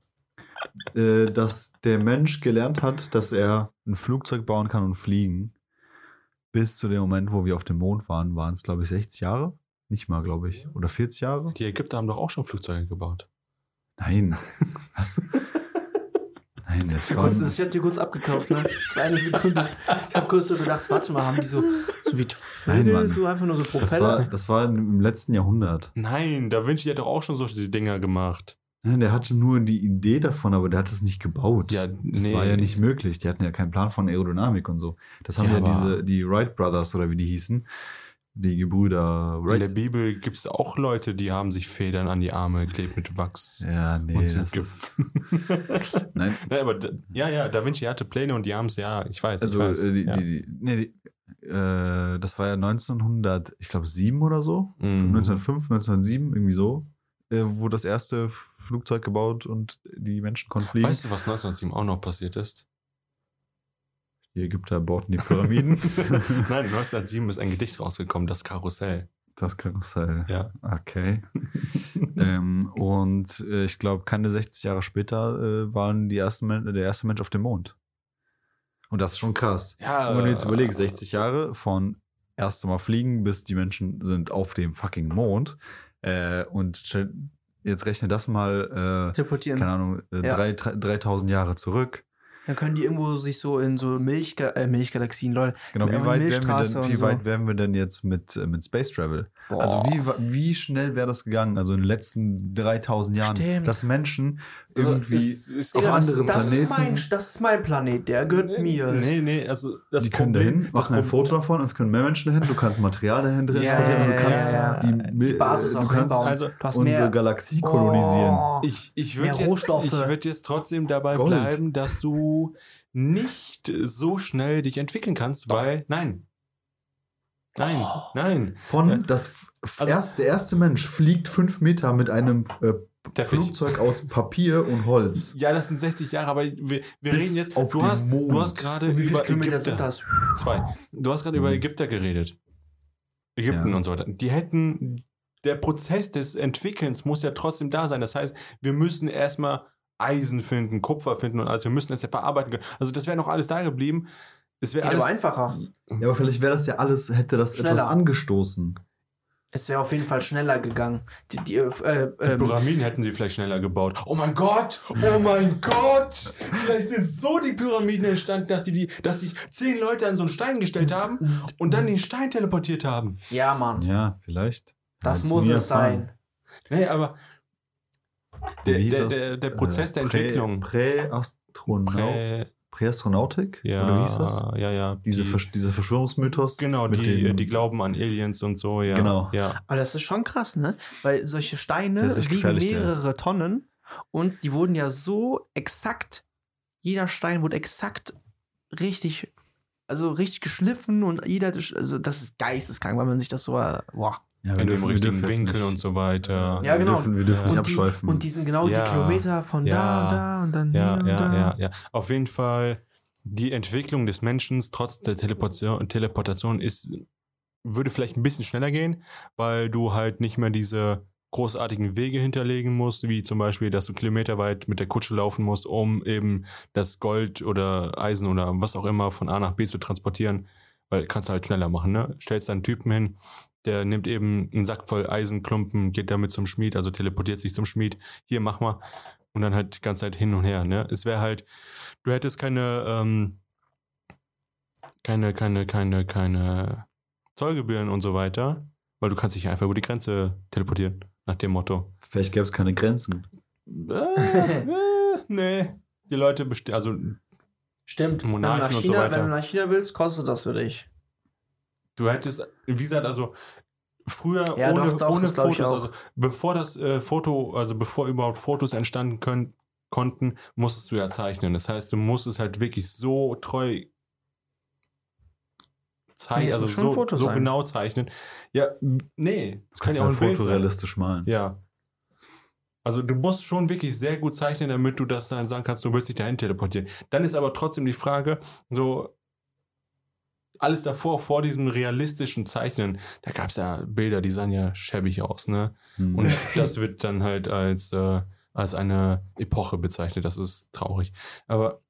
äh, dass der Mensch gelernt hat, dass er ein Flugzeug bauen kann und fliegen, bis zu dem Moment, wo wir auf dem Mond waren, waren es, glaube ich, sechzig Jahre? Nicht mal, glaube ich. Oder vierzig Jahre? Die Ägypter haben doch auch schon Flugzeuge gebaut. Nein. Was? Nein, das war... Kurz, ich hab dir kurz abgekauft, ne? Für eine Sekunde. Ich hab kurz so gedacht, warte mal, haben die so, so wie Vögel, Mann. so einfach nur so Das war, Propeller? das war im letzten Jahrhundert. Nein, Da Vinci hat doch auch schon solche Dinger gemacht. Nein, der hatte nur die Idee davon, aber der hat es nicht gebaut. Ja, Das nee. war ja nicht möglich. Die hatten ja keinen Plan von Aerodynamik und so. Das haben Ja, ja, aber- diese, die Wright Brothers oder wie die hießen. Die Gebrüder In der Wright. Bibel gibt es auch Leute, die haben sich Federn an die Arme geklebt mit Wachs. Ja, nee, und so das Gift. ist, nein, Nein, aber da- ja, ja, Da Vinci hatte Pläne und die haben es, ja, ich weiß, also ich weiß. äh, die, ja. die, die, nee, die, äh, das war ja neunzehnhundert, ich glaube sieben oder so. Mhm. neunzehnhundertfünf, neunzehnhundertsieben, irgendwie so. Äh, wo das erste Flugzeug gebaut und die Menschen konnten fliegen. Weißt du, was neunzehnhundertsieben auch noch passiert ist? Die Ägypter bauten die Pyramiden. Nein, neunzehnhundertsieben ist ein Gedicht rausgekommen, das Karussell. Das Karussell. Ja. Okay. ähm, und äh, ich glaube, keine sechzig Jahre später äh, waren die ersten Men- der erste Mensch auf dem Mond. Und das ist schon krass. Ja, Und wenn du jetzt überlegst, sechzig Jahre von erst Mal fliegen, bis die Menschen sind auf dem fucking Mond. Äh, und stell- jetzt rechne das mal, äh, Teleportieren. keine Ahnung, äh, Ja. drei, drei, dreitausend Jahre zurück. Dann können die irgendwo sich so in so Milchga äh, Milchgalaxien, Leute. Genau, wie Ja, weit, wären wir Milchstraße denn, und wie so. weit wären wir denn jetzt mit, äh, mit Space Travel? Boah. Also wie, wa- wie schnell wäre das gegangen? Also in den letzten dreitausend Jahren, Stimmt. dass Menschen Also, irgendwie es ist auf Digga, das, andere das Planeten, ist mein, das ist mein Planet, der gehört mir. Nee, nee, also das die können Problem, dahin, machen ein das Foto davon, es können mehr Menschen dahin, du kannst Material dahin drin Ja, transportieren und ja, du kannst ja, ja. die, Die Basis äh, auch du kannst hinbauen. also Du hast unsere mehr Galaxie kolonisieren. Oh. Ich, ich Mehr würde jetzt, Rohstoffe. ich würd jetzt trotzdem dabei Gold. bleiben, dass du nicht so schnell dich entwickeln kannst, weil, nein. Nein, Oh. nein. Von Ja. das f- Also- erst, der erste Mensch fliegt fünf Meter mit einem äh, Teppich. Flugzeug aus Papier und Holz. Ja, das sind sechzig Jahre, aber wir, wir Bis reden jetzt, auf du den hast, Mond. du hast gerade Und wie viele über Kilometer Ägypter, sind das? zwei, du hast gerade über Mhm. Ägypter geredet. Ägypten Ja. und so weiter. Die hätten, der Prozess des Entwickelns muss ja trotzdem da sein. Das heißt, wir müssen erstmal Eisen finden, Kupfer finden und alles. Wir müssen es ja verarbeiten können. Also das wäre noch alles da geblieben. Es wäre Geht alles aber einfacher. Ja, aber vielleicht wäre das ja alles, hätte das Schneller. etwas angestoßen. Es wäre auf jeden Fall schneller gegangen. Die, die, äh, Die ähm, Pyramiden hätten sie vielleicht schneller gebaut. Oh mein Gott! Oh mein Gott! Vielleicht sind so die Pyramiden entstanden, dass, die, die, dass sich zehn Leute an so einen Stein gestellt haben und dann den Stein teleportiert haben. ja, Mann. Ja, vielleicht. Das Hat's muss nie es erfahren. sein. Nee, aber der, Wie hieß der, das? der, der Prozess Äh, der Prä- Entwicklung. Präastronau- Prä, Präastronautik? ja, Oder wie hieß das? ja, ja. Diese die, Versch- dieser Verschwörungsmythos? genau, mit die, den- die glauben an Aliens und so, ja. Genau. Ja. Aber das ist schon krass, ne? Weil solche Der Steine ist echt wiegen gefährlich, der. mehrere Tonnen und die wurden ja so exakt, jeder Stein wurde exakt richtig, also richtig geschliffen und jeder, also das ist geisteskrank, weil man sich das so, äh, boah. Ja, wir In dem dürfen- wir richtigen dürfen jetzt Winkel nicht- und so weiter. Ja, genau. Wir dürfen, wir dürfen Ja. nicht Und die, abschweifen. und die sind genau Ja. die Kilometer von Ja. da und da und dann Ja, hier und ja, da. ja, ja. Auf jeden Fall, die Entwicklung des Menschen trotz der Teleportation, Teleportation ist, würde vielleicht ein bisschen schneller gehen, weil du halt nicht mehr diese großartigen Wege hinterlegen musst, wie zum Beispiel, dass du kilometerweit mit der Kutsche laufen musst, um eben das Gold oder Eisen oder was auch immer von A nach B zu transportieren, weil kannst du halt schneller machen, ne? Stellst da einen Typen hin, der nimmt eben einen Sack voll Eisenklumpen, geht damit zum Schmied, also teleportiert sich zum Schmied, hier, mach mal, und dann halt die ganze Zeit hin und her, ne? Es wäre halt, du hättest keine, ähm, keine, keine, keine, keine Zollgebühren und so weiter, weil du kannst dich einfach über die Grenze teleportieren, nach dem Motto. Vielleicht gäbe es keine Grenzen. Äh, äh, nee. Die Leute bestehen, also Stimmt. Wenn du, nach Monarchen und so China, weiter. wenn du nach China willst, kostet das für dich. du hättest, wie gesagt, also früher Ja, ohne, doch, doch, ohne das glaub ich Fotos, auch. also bevor das äh, Foto, also bevor überhaupt Fotos entstanden können, konnten, musstest du ja zeichnen. Das heißt, du musstest halt wirklich so treu zeichnen, Nee, es also muss schon ein so, Foto so sein. genau zeichnen. Ja, m- nee, es kann Kannst ja auch halt ein Bild sein. fotorealistisch malen. Ja. Also du musst schon wirklich sehr gut zeichnen, damit du das dann sagen kannst, du willst dich dahin teleportieren. Dann ist aber trotzdem die Frage, so alles davor, vor diesem realistischen Zeichnen, da gab es ja Bilder, die sahen ja schäbig aus, ne? Hm. Und das wird dann halt als, äh, als eine Epoche bezeichnet, das ist traurig. Aber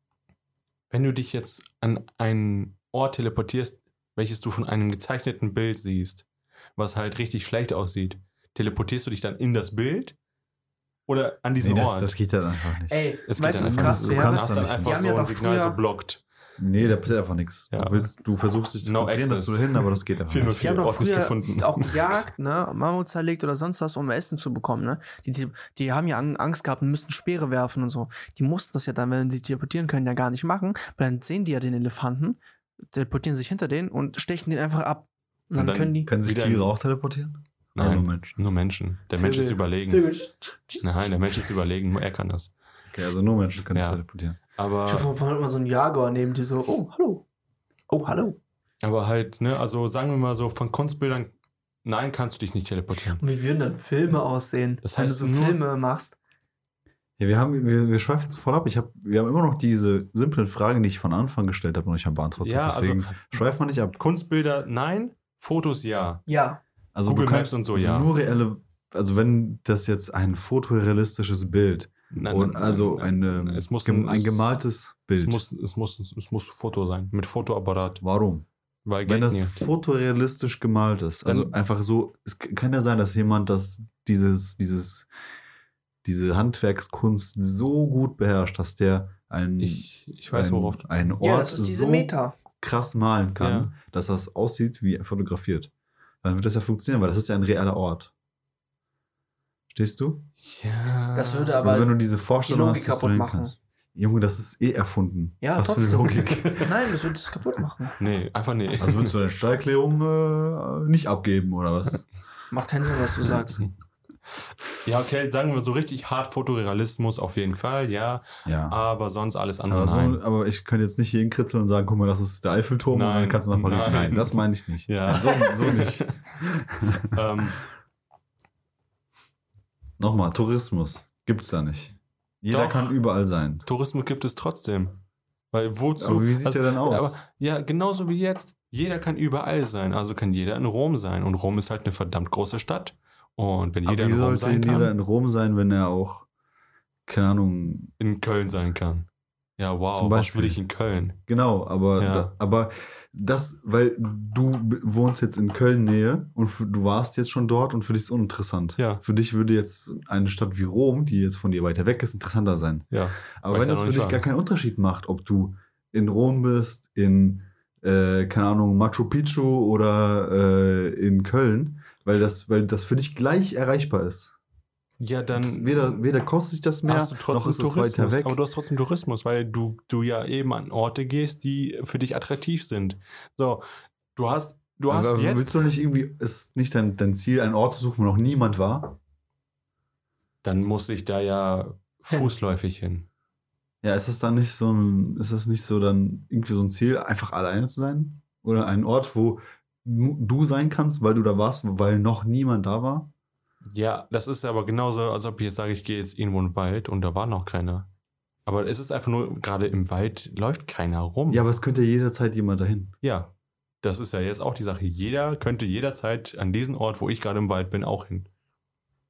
wenn du dich jetzt an einen Ort teleportierst, welches du von einem gezeichneten Bild siehst, was halt richtig schlecht aussieht, teleportierst du dich dann in das Bild oder an diesen nee, das, Ort? das geht halt einfach nicht. Ey, Es weißt du, geht was dann krass einfach- du wäre? kannst hast da dann nicht. einfach Die haben so ja ein doch Signal früher- so blockt. Nee, da passiert einfach nichts. Ja. Du, willst, du versuchst dich zu No konzentrieren, dass access. du hin, aber das geht einfach vier null nicht. Die haben vier, doch Ort nicht früher gefunden. auch gejagt, ne, Mammut zerlegt oder sonst was, um Essen zu bekommen, ne. Die, die, die haben ja Ang- Angst gehabt und müssten Speere werfen und so. Die mussten das ja dann, wenn sie teleportieren können, ja gar nicht machen, weil dann sehen die ja den Elefanten, teleportieren sich hinter den und stechen den einfach ab. Und dann, Und dann können die... Können sich Wieder Tiere ein- auch teleportieren? Nein, Ja, nur Menschen. nur Menschen. Der Mensch ist Vögel. überlegen. Vögel. Nein, der Mensch ist überlegen, nur er kann das. Okay, also nur Menschen können Ja. sich teleportieren. Aber, Ich hoffe, man hat immer so einen Jaguar neben die so, oh, hallo. Oh, hallo. aber halt, ne, also sagen wir mal so, von Kunstbildern, nein, kannst du dich nicht teleportieren. Und wie würden dann Filme aussehen, Das wenn du heißt so nur- Filme machst? Ja, wir haben, wir, wir schweifen jetzt voll ab. Ich hab, wir haben immer noch diese simplen Fragen, die ich von Anfang gestellt habe und ich habe beantwortet. Ja, Deswegen schweifen wir nicht ab. Kunstbilder, nein. Fotos, ja. Ja. Also Google du kannst Maps und so, also ja. nur reelle, also wenn das jetzt ein fotorealistisches Bild Nein, und nein, also nein, eine, nein. Es muss gem- ein- ein es- gemaltes Bild. Es muss, es muss, es muss Foto sein. Mit Fotoapparat. Warum? Weil Wenn Geld das nicht. fotorealistisch gemalt ist, also Dann- einfach so, es k- kann ja sein, dass jemand das, dieses, dieses, diese Handwerkskunst so gut beherrscht, dass der ein, Ich, ich weiß, ein, worauf du. einen Ort Ja, das ist diese so Meta. krass malen kann, Ja. dass das aussieht wie fotografiert. Dann wird das ja funktionieren, weil das ist ja ein realer Ort. Stehst du? Ja. Das würde aber- Also wenn du diese Vorstellung Logik hast, dass du kaputt hin machen. kannst. Junge, das ist eh erfunden. Ja, Was für eine trotzdem. Logik. Nein, das würde es kaputt machen. Nee, einfach nee. Also würdest du deine Steuererklärung äh, nicht abgeben, oder was? Macht keinen Sinn, was du sagst. Ja, okay, sagen wir so richtig hart Fotorealismus auf jeden Fall, ja. Ja. Aber sonst alles andere Aber, nein. so, aber ich könnte jetzt nicht hier hinkritzeln und sagen, guck mal, das ist der Eiffelturm und Nein, dann kannst du nach Paris. nein. Nein, das meine ich nicht. Ja. So, so nicht. ähm, Nochmal, Tourismus gibt's da nicht. Jeder Doch. kann überall sein. Tourismus gibt es trotzdem. Weil wozu? Aber wie sieht also, der denn aus? Aber, ja, genauso wie jetzt. Jeder kann überall sein. Also kann jeder in Rom sein. Und Rom ist halt eine verdammt große Stadt. Und wenn jeder aber wie in Rom sollte sein denn jeder kann, in Rom sein, wenn er auch, keine Ahnung, in Köln sein kann. Ja, wow, Zum was Beispiel. will ich in Köln? genau, aber, Ja. da, aber das, weil du b- wohnst jetzt in Köln-Nähe und f- du warst jetzt schon dort und für dich ist es uninteressant. Ja. Für dich würde jetzt eine Stadt wie Rom, die jetzt von dir weiter weg ist, interessanter sein. Ja. Aber Weil wenn ich da das noch für nicht dich war. gar keinen Unterschied macht, ob du in Rom bist, in, äh, keine Ahnung, Machu Picchu oder äh, in Köln, weil das, weil das für dich gleich erreichbar ist. Ja, dann Das, weder, weder kostet dich das mehr, hast du noch trotzdem ist es weiter Tourismus. weg. Aber du hast trotzdem Tourismus, weil du, du ja eben an Orte gehst, die für dich attraktiv sind. So, du hast, du hast Aber jetzt. willst du nicht irgendwie, ist nicht dein, dein Ziel, einen Ort zu suchen, wo noch niemand war? Dann muss ich da ja fußläufig hin. Ja, ist das dann nicht so ein, ist das nicht so dann irgendwie so ein Ziel, einfach alleine zu sein? Oder ein Ort, wo nu- du sein kannst, weil du da warst, weil noch niemand da war? Ja, das ist aber genauso, als ob ich jetzt sage, ich gehe jetzt irgendwo in den Wald und da war noch keiner. Aber es ist einfach nur, gerade im Wald läuft keiner rum. Ja, aber es könnte jederzeit jemand dahin. Ja, das ist ja jetzt auch die Sache. Jeder könnte jederzeit an diesen Ort, wo ich gerade im Wald bin, auch hin.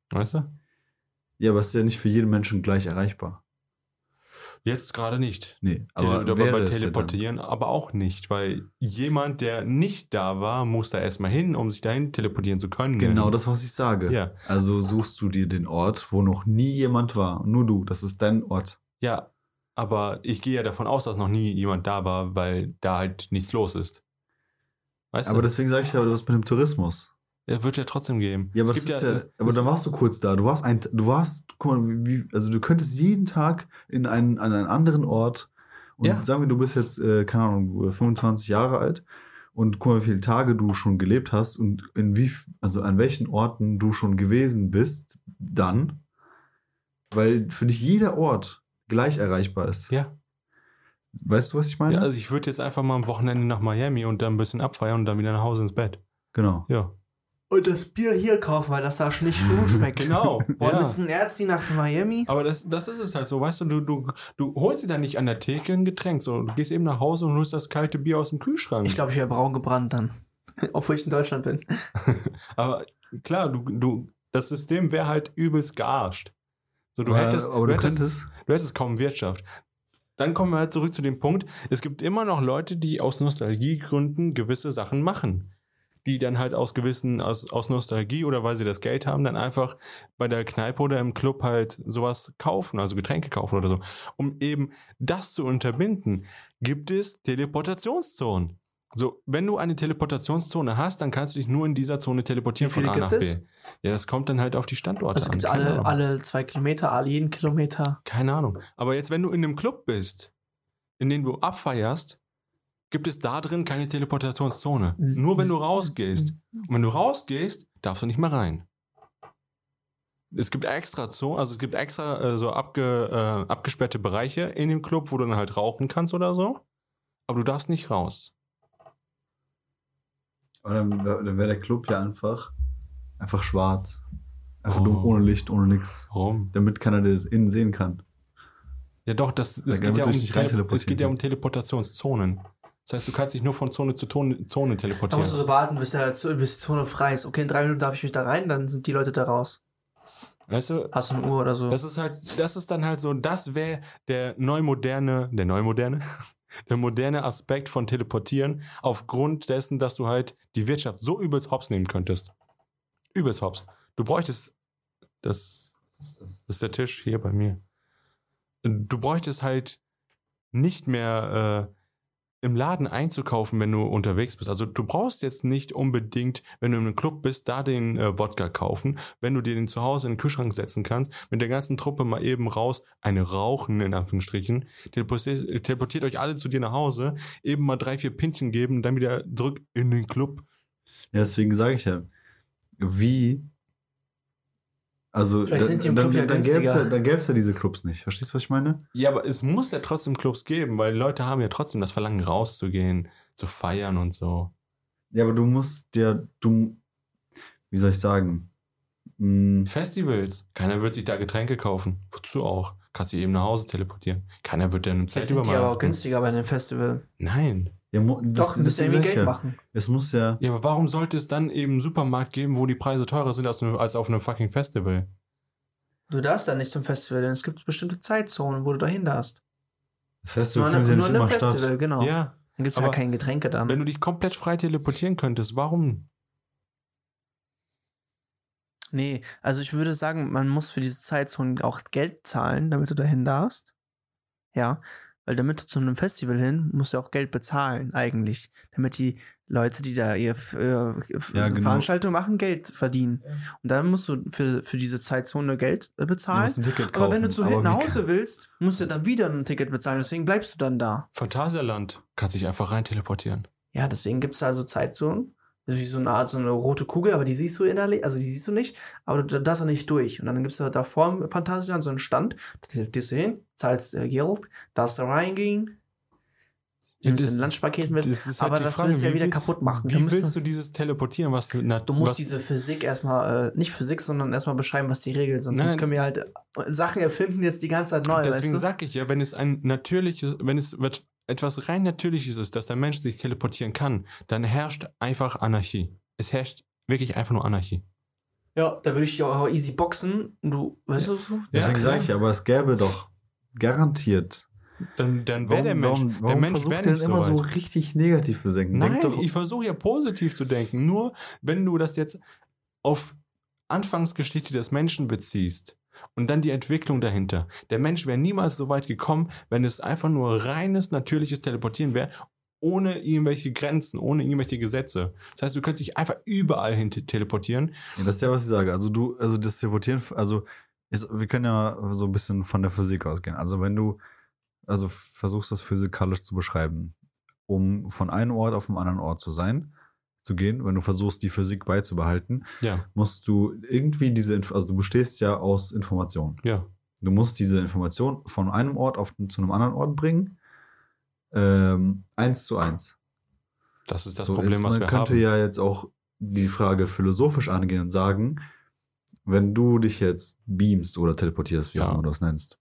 Weißt du? Ja, aber es ist ja nicht für jeden Menschen gleich erreichbar. Jetzt gerade nicht. Nee, Aber, aber aber wäre bei es ja Teleportieren aber auch nicht, weil jemand, der nicht da war, muss da erstmal hin, um sich dahin teleportieren zu können. dann. Genau das, was ich sage. Ja. Also suchst du dir den Ort, wo noch nie jemand war. Nur du, das ist dein Ort. Ja, aber ich gehe ja davon aus, dass noch nie jemand da war, weil da halt nichts los ist. Weißt Aber du? deswegen sage ich ja, was mit dem Tourismus. Ja, wird ja trotzdem geben. Ja, aber, es das gibt ist ja, aber da warst du kurz da. Du warst ein, du warst, guck mal, wie, also du könntest jeden Tag in einen, an einen anderen Ort und Ja. sagen wir, du bist jetzt, äh, keine Ahnung, fünfundzwanzig Jahre alt und guck mal, wie viele Tage du schon gelebt hast und in wie, also an welchen Orten du schon gewesen bist, dann, weil für dich jeder Ort gleich erreichbar ist. Ja. Weißt du, was ich meine? Ja, also ich würde jetzt einfach mal am Wochenende nach Miami und dann ein bisschen abfeiern und dann wieder nach Hause ins Bett. Genau. Ja. Und das Bier hier kaufen, weil das da nicht so schmeckt. Genau. Wollen ja. wir jetzt ein Erzi nach Miami? Aber das, das ist es halt so, weißt du, du, du, du holst dir da nicht an der Theke ein Getränk, sondern du gehst eben nach Hause und holst das kalte Bier aus dem Kühlschrank. Ich glaube, ich wäre braun gebrannt dann. Obwohl ich in Deutschland bin. Aber klar, du, du, das System wäre halt übelst gearscht. So, du aber, hättest, aber du, du hättest, könntest. du hättest kaum Wirtschaft. Dann kommen wir halt zurück zu dem Punkt, es gibt immer noch Leute, die aus Nostalgiegründen gewisse Sachen machen. Die dann halt aus gewissen, aus, aus Nostalgie oder weil sie das Geld haben, dann einfach bei der Kneipe oder im Club halt sowas kaufen, also Getränke kaufen oder so. Um eben das zu unterbinden, gibt es Teleportationszonen. So, wenn du eine Teleportationszone hast, dann kannst du dich nur in dieser Zone teleportieren Wie von viele A nach gibt B. es? Ja, das kommt dann halt auf die Standorte Also an. gibt es Keine alle, Ahnung. alle zwei Kilometer, alle jeden Kilometer. Keine Ahnung. Aber jetzt, wenn du in einem Club bist, in dem du abfeierst, gibt es da drin keine Teleportationszone. Nur wenn du rausgehst. Und wenn du rausgehst, darfst du nicht mehr rein. Es gibt extra Zonen, also es gibt extra äh, so abge, äh, abgesperrte Bereiche in dem Club, wo du dann halt rauchen kannst oder so. Aber du darfst nicht raus. Aber dann wäre dann wär der Club ja einfach, einfach schwarz. Einfach Oh. dumm, ohne Licht, ohne nix. Warum? Damit keiner das innen sehen kann. Ja doch, das, es, Da geht ja kannst um, du dich rein Tele- es geht ja um teleportieren. Teleportationszonen. Das heißt, du kannst dich nur von Zone zu Zone, Zone Da musst du teleportieren. so warten, bis, der, bis die Zone frei ist. Okay, in drei Minuten darf ich mich da rein, dann sind die Leute da raus. Weißt du, Hast du eine Uhr oder so? das ist halt, das ist dann halt so, das wäre der neumoderne, der neumoderne, der moderne Aspekt von Teleportieren, aufgrund dessen, dass du halt die Wirtschaft so übelst hops nehmen könntest. Übelst hops. Du bräuchtest, das, Was ist das? das ist der Tisch hier bei mir. Du bräuchtest halt nicht mehr äh, im Laden einzukaufen, wenn du unterwegs bist. Also du brauchst jetzt nicht unbedingt, wenn du in einem Club bist, da den äh, Wodka kaufen, wenn du dir den zu Hause in den Kühlschrank setzen kannst, mit der ganzen Truppe mal eben raus, eine rauchen in Anführungsstrichen, teleportiert, teleportiert euch alle zu dir nach Hause, eben mal drei, vier Pinchen geben und dann wieder zurück in den Club. Ja, deswegen sage ich ja, wie, also Vielleicht da- sind die im dann, Club ja dann gäbe es günstiger. ja, dann gäb's ja diese Clubs nicht. Verstehst du, was ich meine? Ja, aber es muss ja trotzdem Clubs geben, weil Leute haben ja trotzdem das Verlangen rauszugehen, zu feiern und so. Ja, aber du musst ja, du, wie soll ich sagen, Hm, Festivals. Keiner wird sich da Getränke kaufen. Wozu auch? Kannst du eben nach Hause teleportieren. Keiner wird dir in einem Zelt Das sind die aber auch übermachen. günstiger bei dem Festival. Nein. ja, mu- das, Doch, du musst ja deswegen irgendwie sag ich Geld ja, machen. Es muss ja, Ja, aber warum sollte es dann eben einen Supermarkt geben, wo die Preise teurer sind als, als auf einem fucking Festival? Du darfst da nicht zum Festival, denn es gibt bestimmte Zeitzonen, wo du dahin darfst. das Festival Nur, findet ja nur nicht an einem immer Festival, statt. genau. Ja, Dann gibt es aber halt keine Getränke dann. wenn du dich komplett frei teleportieren könntest, warum? Nee, also ich würde sagen, man muss für diese Zeitzonen auch Geld zahlen, damit du dahin darfst. Ja, weil damit du zu einem Festival hin, musst du auch Geld bezahlen eigentlich. Damit die Leute, die da ihr äh, Ja, genau. Veranstaltungen machen, Geld verdienen. Und dann musst du für, für diese Zeitzone Geld äh, Du bezahlen. musst ein Ticket kaufen. Aber wenn du zu aber nach wie- Hause willst, musst du dann wieder ein Ticket bezahlen. Deswegen bleibst du dann da. Phantasialand. Kannst dich einfach rein teleportieren. Ja, deswegen gibt es da so Zeitzonen. Das ist wie so eine Art, so eine rote Kugel, aber die siehst du innerlich, also die siehst du nicht, aber du darfst da nicht durch. Und dann gibt es da davor im Phantasialand so einen Stand, da gehst du hin, zahlst äh, Geld, darfst da reingehen, nimmst das- ein Lunchpaket mit, das ist halt aber die das Frage, willst du ja wie wieder will- kaputt machen. Wie Wir müssen- willst du dieses Teleportieren? Was, na, Du musst was, diese Physik erstmal, äh, nicht Physik, sondern erstmal beschreiben, was die Regeln sind. Nein. Sonst können wir halt äh, Sachen erfinden jetzt die ganze Zeit neu, Deswegen weißt du? sag ich ja, wenn es ein natürliches, wenn es wird- etwas rein Natürliches ist, dass der Mensch sich teleportieren kann, dann herrscht einfach Anarchie. Es herrscht wirklich einfach nur Anarchie. Ja, da würde ich dich auch easy boxen. Und du, weißt du so? Deswegen klar. sage ich, aber es gäbe doch garantiert. Dann, dann wäre der Warum- Mensch, warum- der warum Mensch versucht wäre ihr nicht denn so immer so weit. richtig negativ zu denken? Nein, Denk doch, ich versuche ja positiv zu denken. Nur wenn du das jetzt auf Anfangsgeschichte des Menschen beziehst und dann die Entwicklung dahinter. Der Mensch wäre niemals so weit gekommen, wenn es einfach nur reines, natürliches Teleportieren wäre, ohne irgendwelche Grenzen, ohne irgendwelche Gesetze. Das heißt, du könntest dich einfach überall hin te- teleportieren. Ja, das ist ja, was ich sage. Also du, also das Teleportieren, also ist, wir können ja so ein bisschen von der Physik ausgehen. Also wenn du, also versuchst das physikalisch zu beschreiben, um von einem Ort auf einen anderen Ort zu sein, zu gehen, wenn du versuchst, die Physik beizubehalten, Ja, musst du irgendwie diese, Inf- also du bestehst ja aus Informationen. ja. Du musst diese Information von einem Ort auf, zu einem anderen Ort bringen, ähm, eins zu eins. Das ist das So, Problem, jetzt, was man wir könnte haben. ja jetzt auch die Frage philosophisch angehen und sagen, wenn du dich jetzt beamst oder teleportierst, wie Ja. auch immer du das nennst,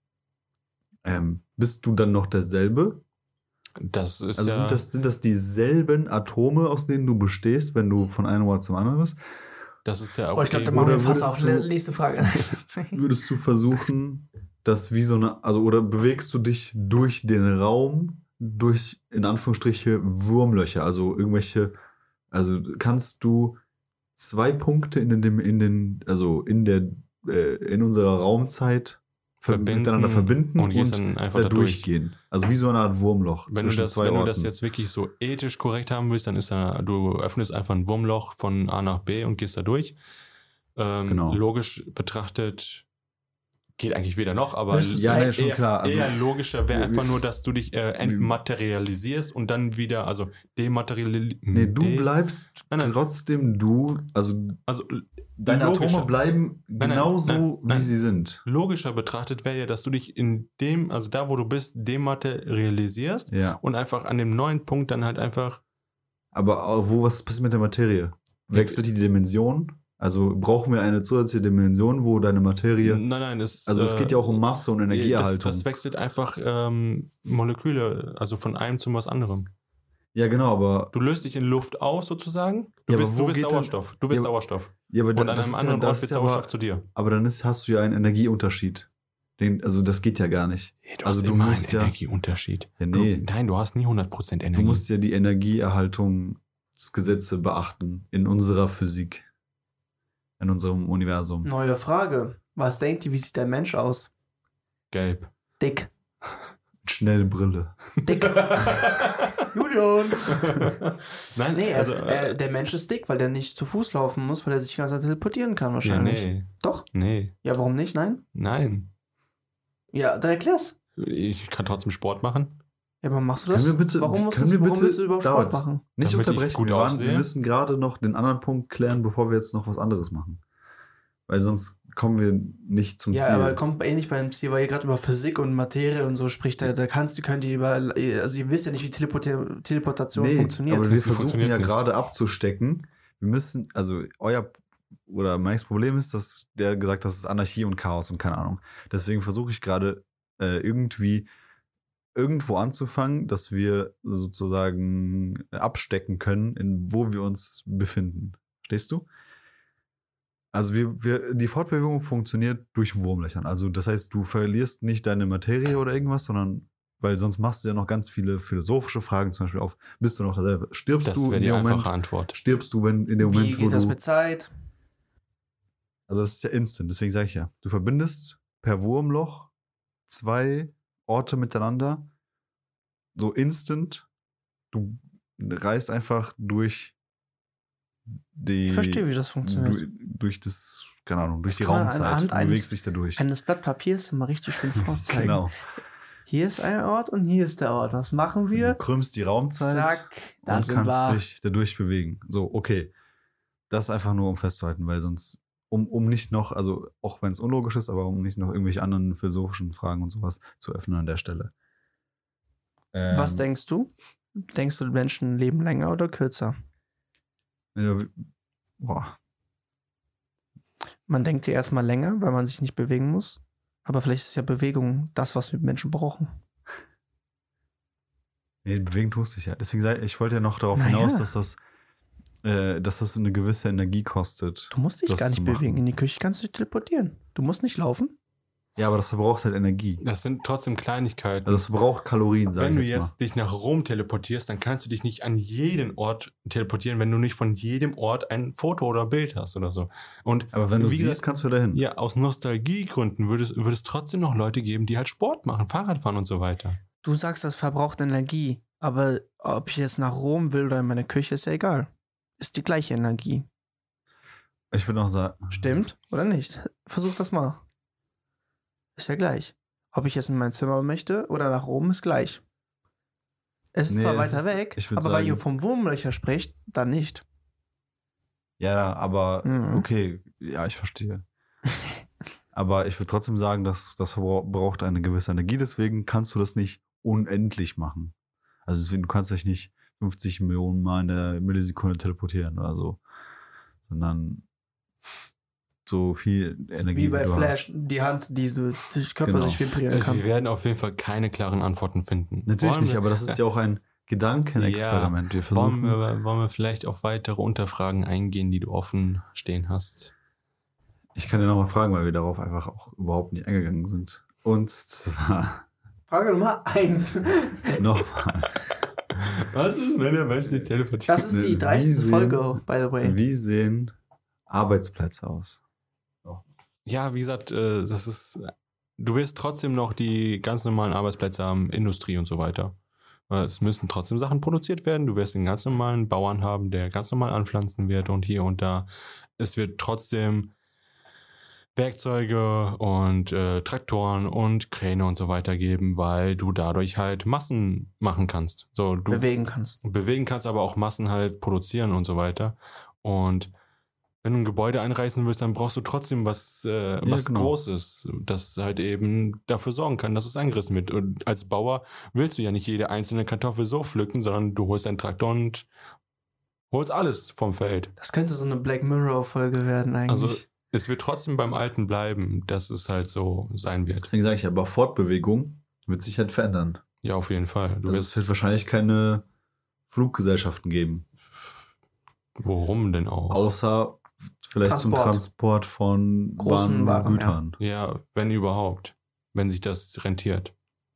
ähm, bist du dann noch derselbe? Das ist Also ja... sind, das, sind das dieselben Atome, aus denen du bestehst, wenn du von einem Ort zum anderen bist? Das ist ja auch Oh, ich glaube, da die- machen wir Oder fast würdest auf du- die nächste Frage. Würdest du versuchen, das wie so eine, also oder bewegst du dich durch den Raum, durch in Anführungsstriche Wurmlöcher, also irgendwelche, also kannst du zwei Punkte in dem, in den, also in der, äh, in unserer Raumzeit ver- Verbinden miteinander verbinden und und, gehst dann einfach da da durch. durchgehen. Also wie so eine Art Wurmloch Wenn du, zwischen das, zwei wenn du Orten. das jetzt wirklich so ethisch korrekt haben willst, dann ist da, du öffnest einfach ein Wurmloch von A nach B und gehst da durch. Ähm, Genau. Logisch betrachtet geht eigentlich weder noch, aber Höchstens ja, Zeit nee, schon eher, klar. Also, eher logischer wäre wir- einfach nur, dass du dich äh, wir- entmaterialisierst und dann wieder, also dematerialisierst. nee, du bleibst Nein, nein. trotzdem du, also Also deine logischer. Atome bleiben nein, genauso, nein, wie nein. sie sind. logischer betrachtet wäre ja, dass du dich in dem, also da, wo du bist, dematerialisierst Ja. und einfach an dem neuen Punkt dann halt einfach Aber auch wo, was passiert mit der Materie? Wechselt die Dimension? Also brauchen wir eine zusätzliche Dimension, wo deine Materie. Nein, nein, es, Also es äh, geht ja auch um Masse und das, Energieerhaltung. das wechselt einfach ähm, Moleküle, also von einem zum was anderem. Ja, genau, aber. Du löst dich in Luft aus sozusagen. Du Ja, aber bist, wo du bist geht denn- Sauerstoff. Du bist Ja, aber- Sauerstoff. Ja, aber Und dann, an das einem ist anderen ja, Ort das wird ist aber, Sauerstoff zu dir. aber dann ist, hast du ja einen Energieunterschied. Den, also das geht ja gar nicht. Nee, du Also hast du immer musst einen ja- Energieunterschied. Ja, nee. Du, nein, du hast nie hundert Prozent Du Energie. musst ja die Energieerhaltungsgesetze beachten in unserer Physik. In unserem Universum. Neue Frage. Was denkt ihr, wie sieht der Mensch aus? Gelb. Dick. Schnell Brille. Dick. Julian. Nein, Nee, er also, ist, äh, der Mensch ist dick, weil der nicht zu Fuß laufen muss, weil er sich die ganze Zeit teleportieren kann ja, wahrscheinlich. nee. Doch? Nee. Ja, warum nicht? Nein? Nein. Ja, dann erklär's. Ich kann trotzdem Sport machen. Ja, aber machst du das? Können wir bitte- warum musst, können du's- wir warum bitte- willst du überhaupt David. Sport machen? Nicht Damit ich unterbrechen. gut wir, waren, aussehe? wir müssen gerade noch den anderen Punkt klären, bevor wir jetzt noch was anderes machen. Weil sonst kommen wir nicht zum Ja, Ziel. aber kommt eh nicht beim Ziel, weil ihr gerade über Physik und Materie und so spricht. Da, da kannst du, könnt ihr über, also ihr wisst ja nicht, wie Teleporta- Teleportation nee, funktioniert. aber wir Das versuchen funktioniert ja nicht. gerade abzustecken. Wir müssen, also euer oder Mikes Problem ist, dass der gesagt hat, das ist Anarchie und Chaos und keine Ahnung. Deswegen versuche ich gerade äh, irgendwie irgendwo anzufangen, dass wir sozusagen abstecken können, in wo wir uns befinden. Verstehst du? Also wir, wir, die Fortbewegung funktioniert durch Wurmlöchern. Also das heißt, du verlierst nicht deine Materie oder irgendwas, sondern weil sonst machst du ja noch ganz viele philosophische Fragen zum Beispiel auf. Bist du noch derselbe? Stirbst Das du wäre in die dem einfache Moment? Antwort. Stirbst du, wenn in dem Wie Moment, wo geht das du... mit Zeit? Also das ist ja instant, deswegen sage ich ja. Du verbindest per Wurmloch zwei Orte miteinander, so instant. Du reist einfach durch die... Ich verstehe, wie das funktioniert. Du, durch das, keine Ahnung, durch Das die kann man Raumzeit. anhand Du eines- bewegst dich da durch. Eines Blatt Papiers mal richtig schön vorzeigen. Genau. Hier ist ein Ort und hier ist der Ort. Was machen Du wir? krümmst die Raumzeit Zack, da und sind kannst wir. dich dadurch bewegen. So, okay. Das einfach nur, um festzuhalten, weil sonst, um, um nicht noch, also auch wenn es unlogisch ist, aber um nicht noch irgendwelche anderen philosophischen Fragen und sowas zu öffnen an der Stelle. Ähm, Was denkst du? Denkst du, Menschen leben länger oder kürzer? Ja, boah. Man denkt ja erstmal länger, weil man sich nicht bewegen muss. Aber vielleicht ist ja Bewegung das, was wir Menschen brauchen. Nee, bewegen tust dich ja. Deswegen sei, ich wollte ja noch darauf Naja. hinaus, dass das äh, dass das eine gewisse Energie kostet. Du musst dich das gar nicht zu machen. bewegen. In die Küche kannst du dich teleportieren. Du musst nicht laufen. Ja, aber das verbraucht halt Energie. Das sind trotzdem Kleinigkeiten. Also es verbraucht Kalorien, sag Wenn ich du jetzt jetzt mal. dich nach Rom teleportierst, dann kannst du dich nicht an jeden Ort teleportieren, wenn du nicht von jedem Ort ein Foto oder Bild hast oder so. Und Aber wenn du wie siehst, gesagt, kannst du dahin. ja, aus Nostalgiegründen würde es, würde es trotzdem noch Leute geben, die halt Sport machen, Fahrrad fahren und so weiter. Du sagst, das verbraucht Energie. Aber ob ich jetzt nach Rom will oder in meine Küche, ist ja egal. Ist die gleiche Energie. Ich würde auch sagen. Stimmt oder nicht? Versuch das mal. Ist ja gleich. Ob ich jetzt in mein Zimmer möchte oder nach Rom, ist gleich. Es ist Nee, zwar es weiter ist- weg, ich würd aber weil sagen- ihr vom Wurmlöcher spricht, dann nicht. Ja, aber Mhm. okay, ja, ich verstehe. Aber ich würde trotzdem sagen, dass das verbrauch- braucht eine gewisse Energie, deswegen kannst du das nicht unendlich machen. Also deswegen, du kannst dich nicht fünfzig Millionen Mal in der Millisekunde teleportieren oder so. Sondern so viel Energie, Wie bei du Flash, die Hand, die so durch Körper Genau. sich vibrieren Also kann. wir werden auf jeden Fall keine klaren Antworten finden. Natürlich Wollen nicht, wir, aber das ist ja auch ein Gedankenexperiment. Wir wollen, versuchen, wir, wollen wir vielleicht auf weitere Unterfragen eingehen, die du offen stehen hast? ich kann dir nochmal fragen, weil wir darauf einfach auch überhaupt nicht eingegangen sind. Und zwar Frage Nummer eins. nochmal, Was ist, wenn der Mensch sich teleportiert? Das ist die Wie dreißigste sehen- Folge, by the way. wie sehen Arbeitsplätze aus? Ja, wie gesagt, äh, das ist. Du wirst trotzdem noch die ganz normalen Arbeitsplätze haben, Industrie und so weiter. Weil Es müssen trotzdem Sachen produziert werden. Du wirst den ganz normalen Bauern haben, der ganz normal anpflanzen wird und hier und da. Es wird trotzdem Werkzeuge und äh, Traktoren und Kräne und so weiter geben, weil du dadurch halt Massen machen kannst. So, du Bewegen kannst. bewegen kannst, aber auch Massen halt produzieren und so weiter. Und wenn du ein Gebäude einreißen willst, dann brauchst du trotzdem was, äh, was genau. Großes, das halt eben dafür sorgen kann, dass es eingerissen wird. Und als Bauer willst du ja nicht jede einzelne Kartoffel so pflücken, sondern du holst einen Traktor und holst alles vom Feld. Das könnte so eine Black Mirror-Folge werden eigentlich. Also es wird trotzdem beim Alten bleiben, dass es halt so sein wird. Deswegen sage ich, aber Fortbewegung wird sich halt verändern. Ja, auf jeden Fall. Du Also wirst, es wird wahrscheinlich keine Fluggesellschaften geben. worum denn auch? Außer vielleicht zum Transport. Transport von Großen Waren Waren, und Gütern. Ja, wenn überhaupt. Wenn sich das rentiert.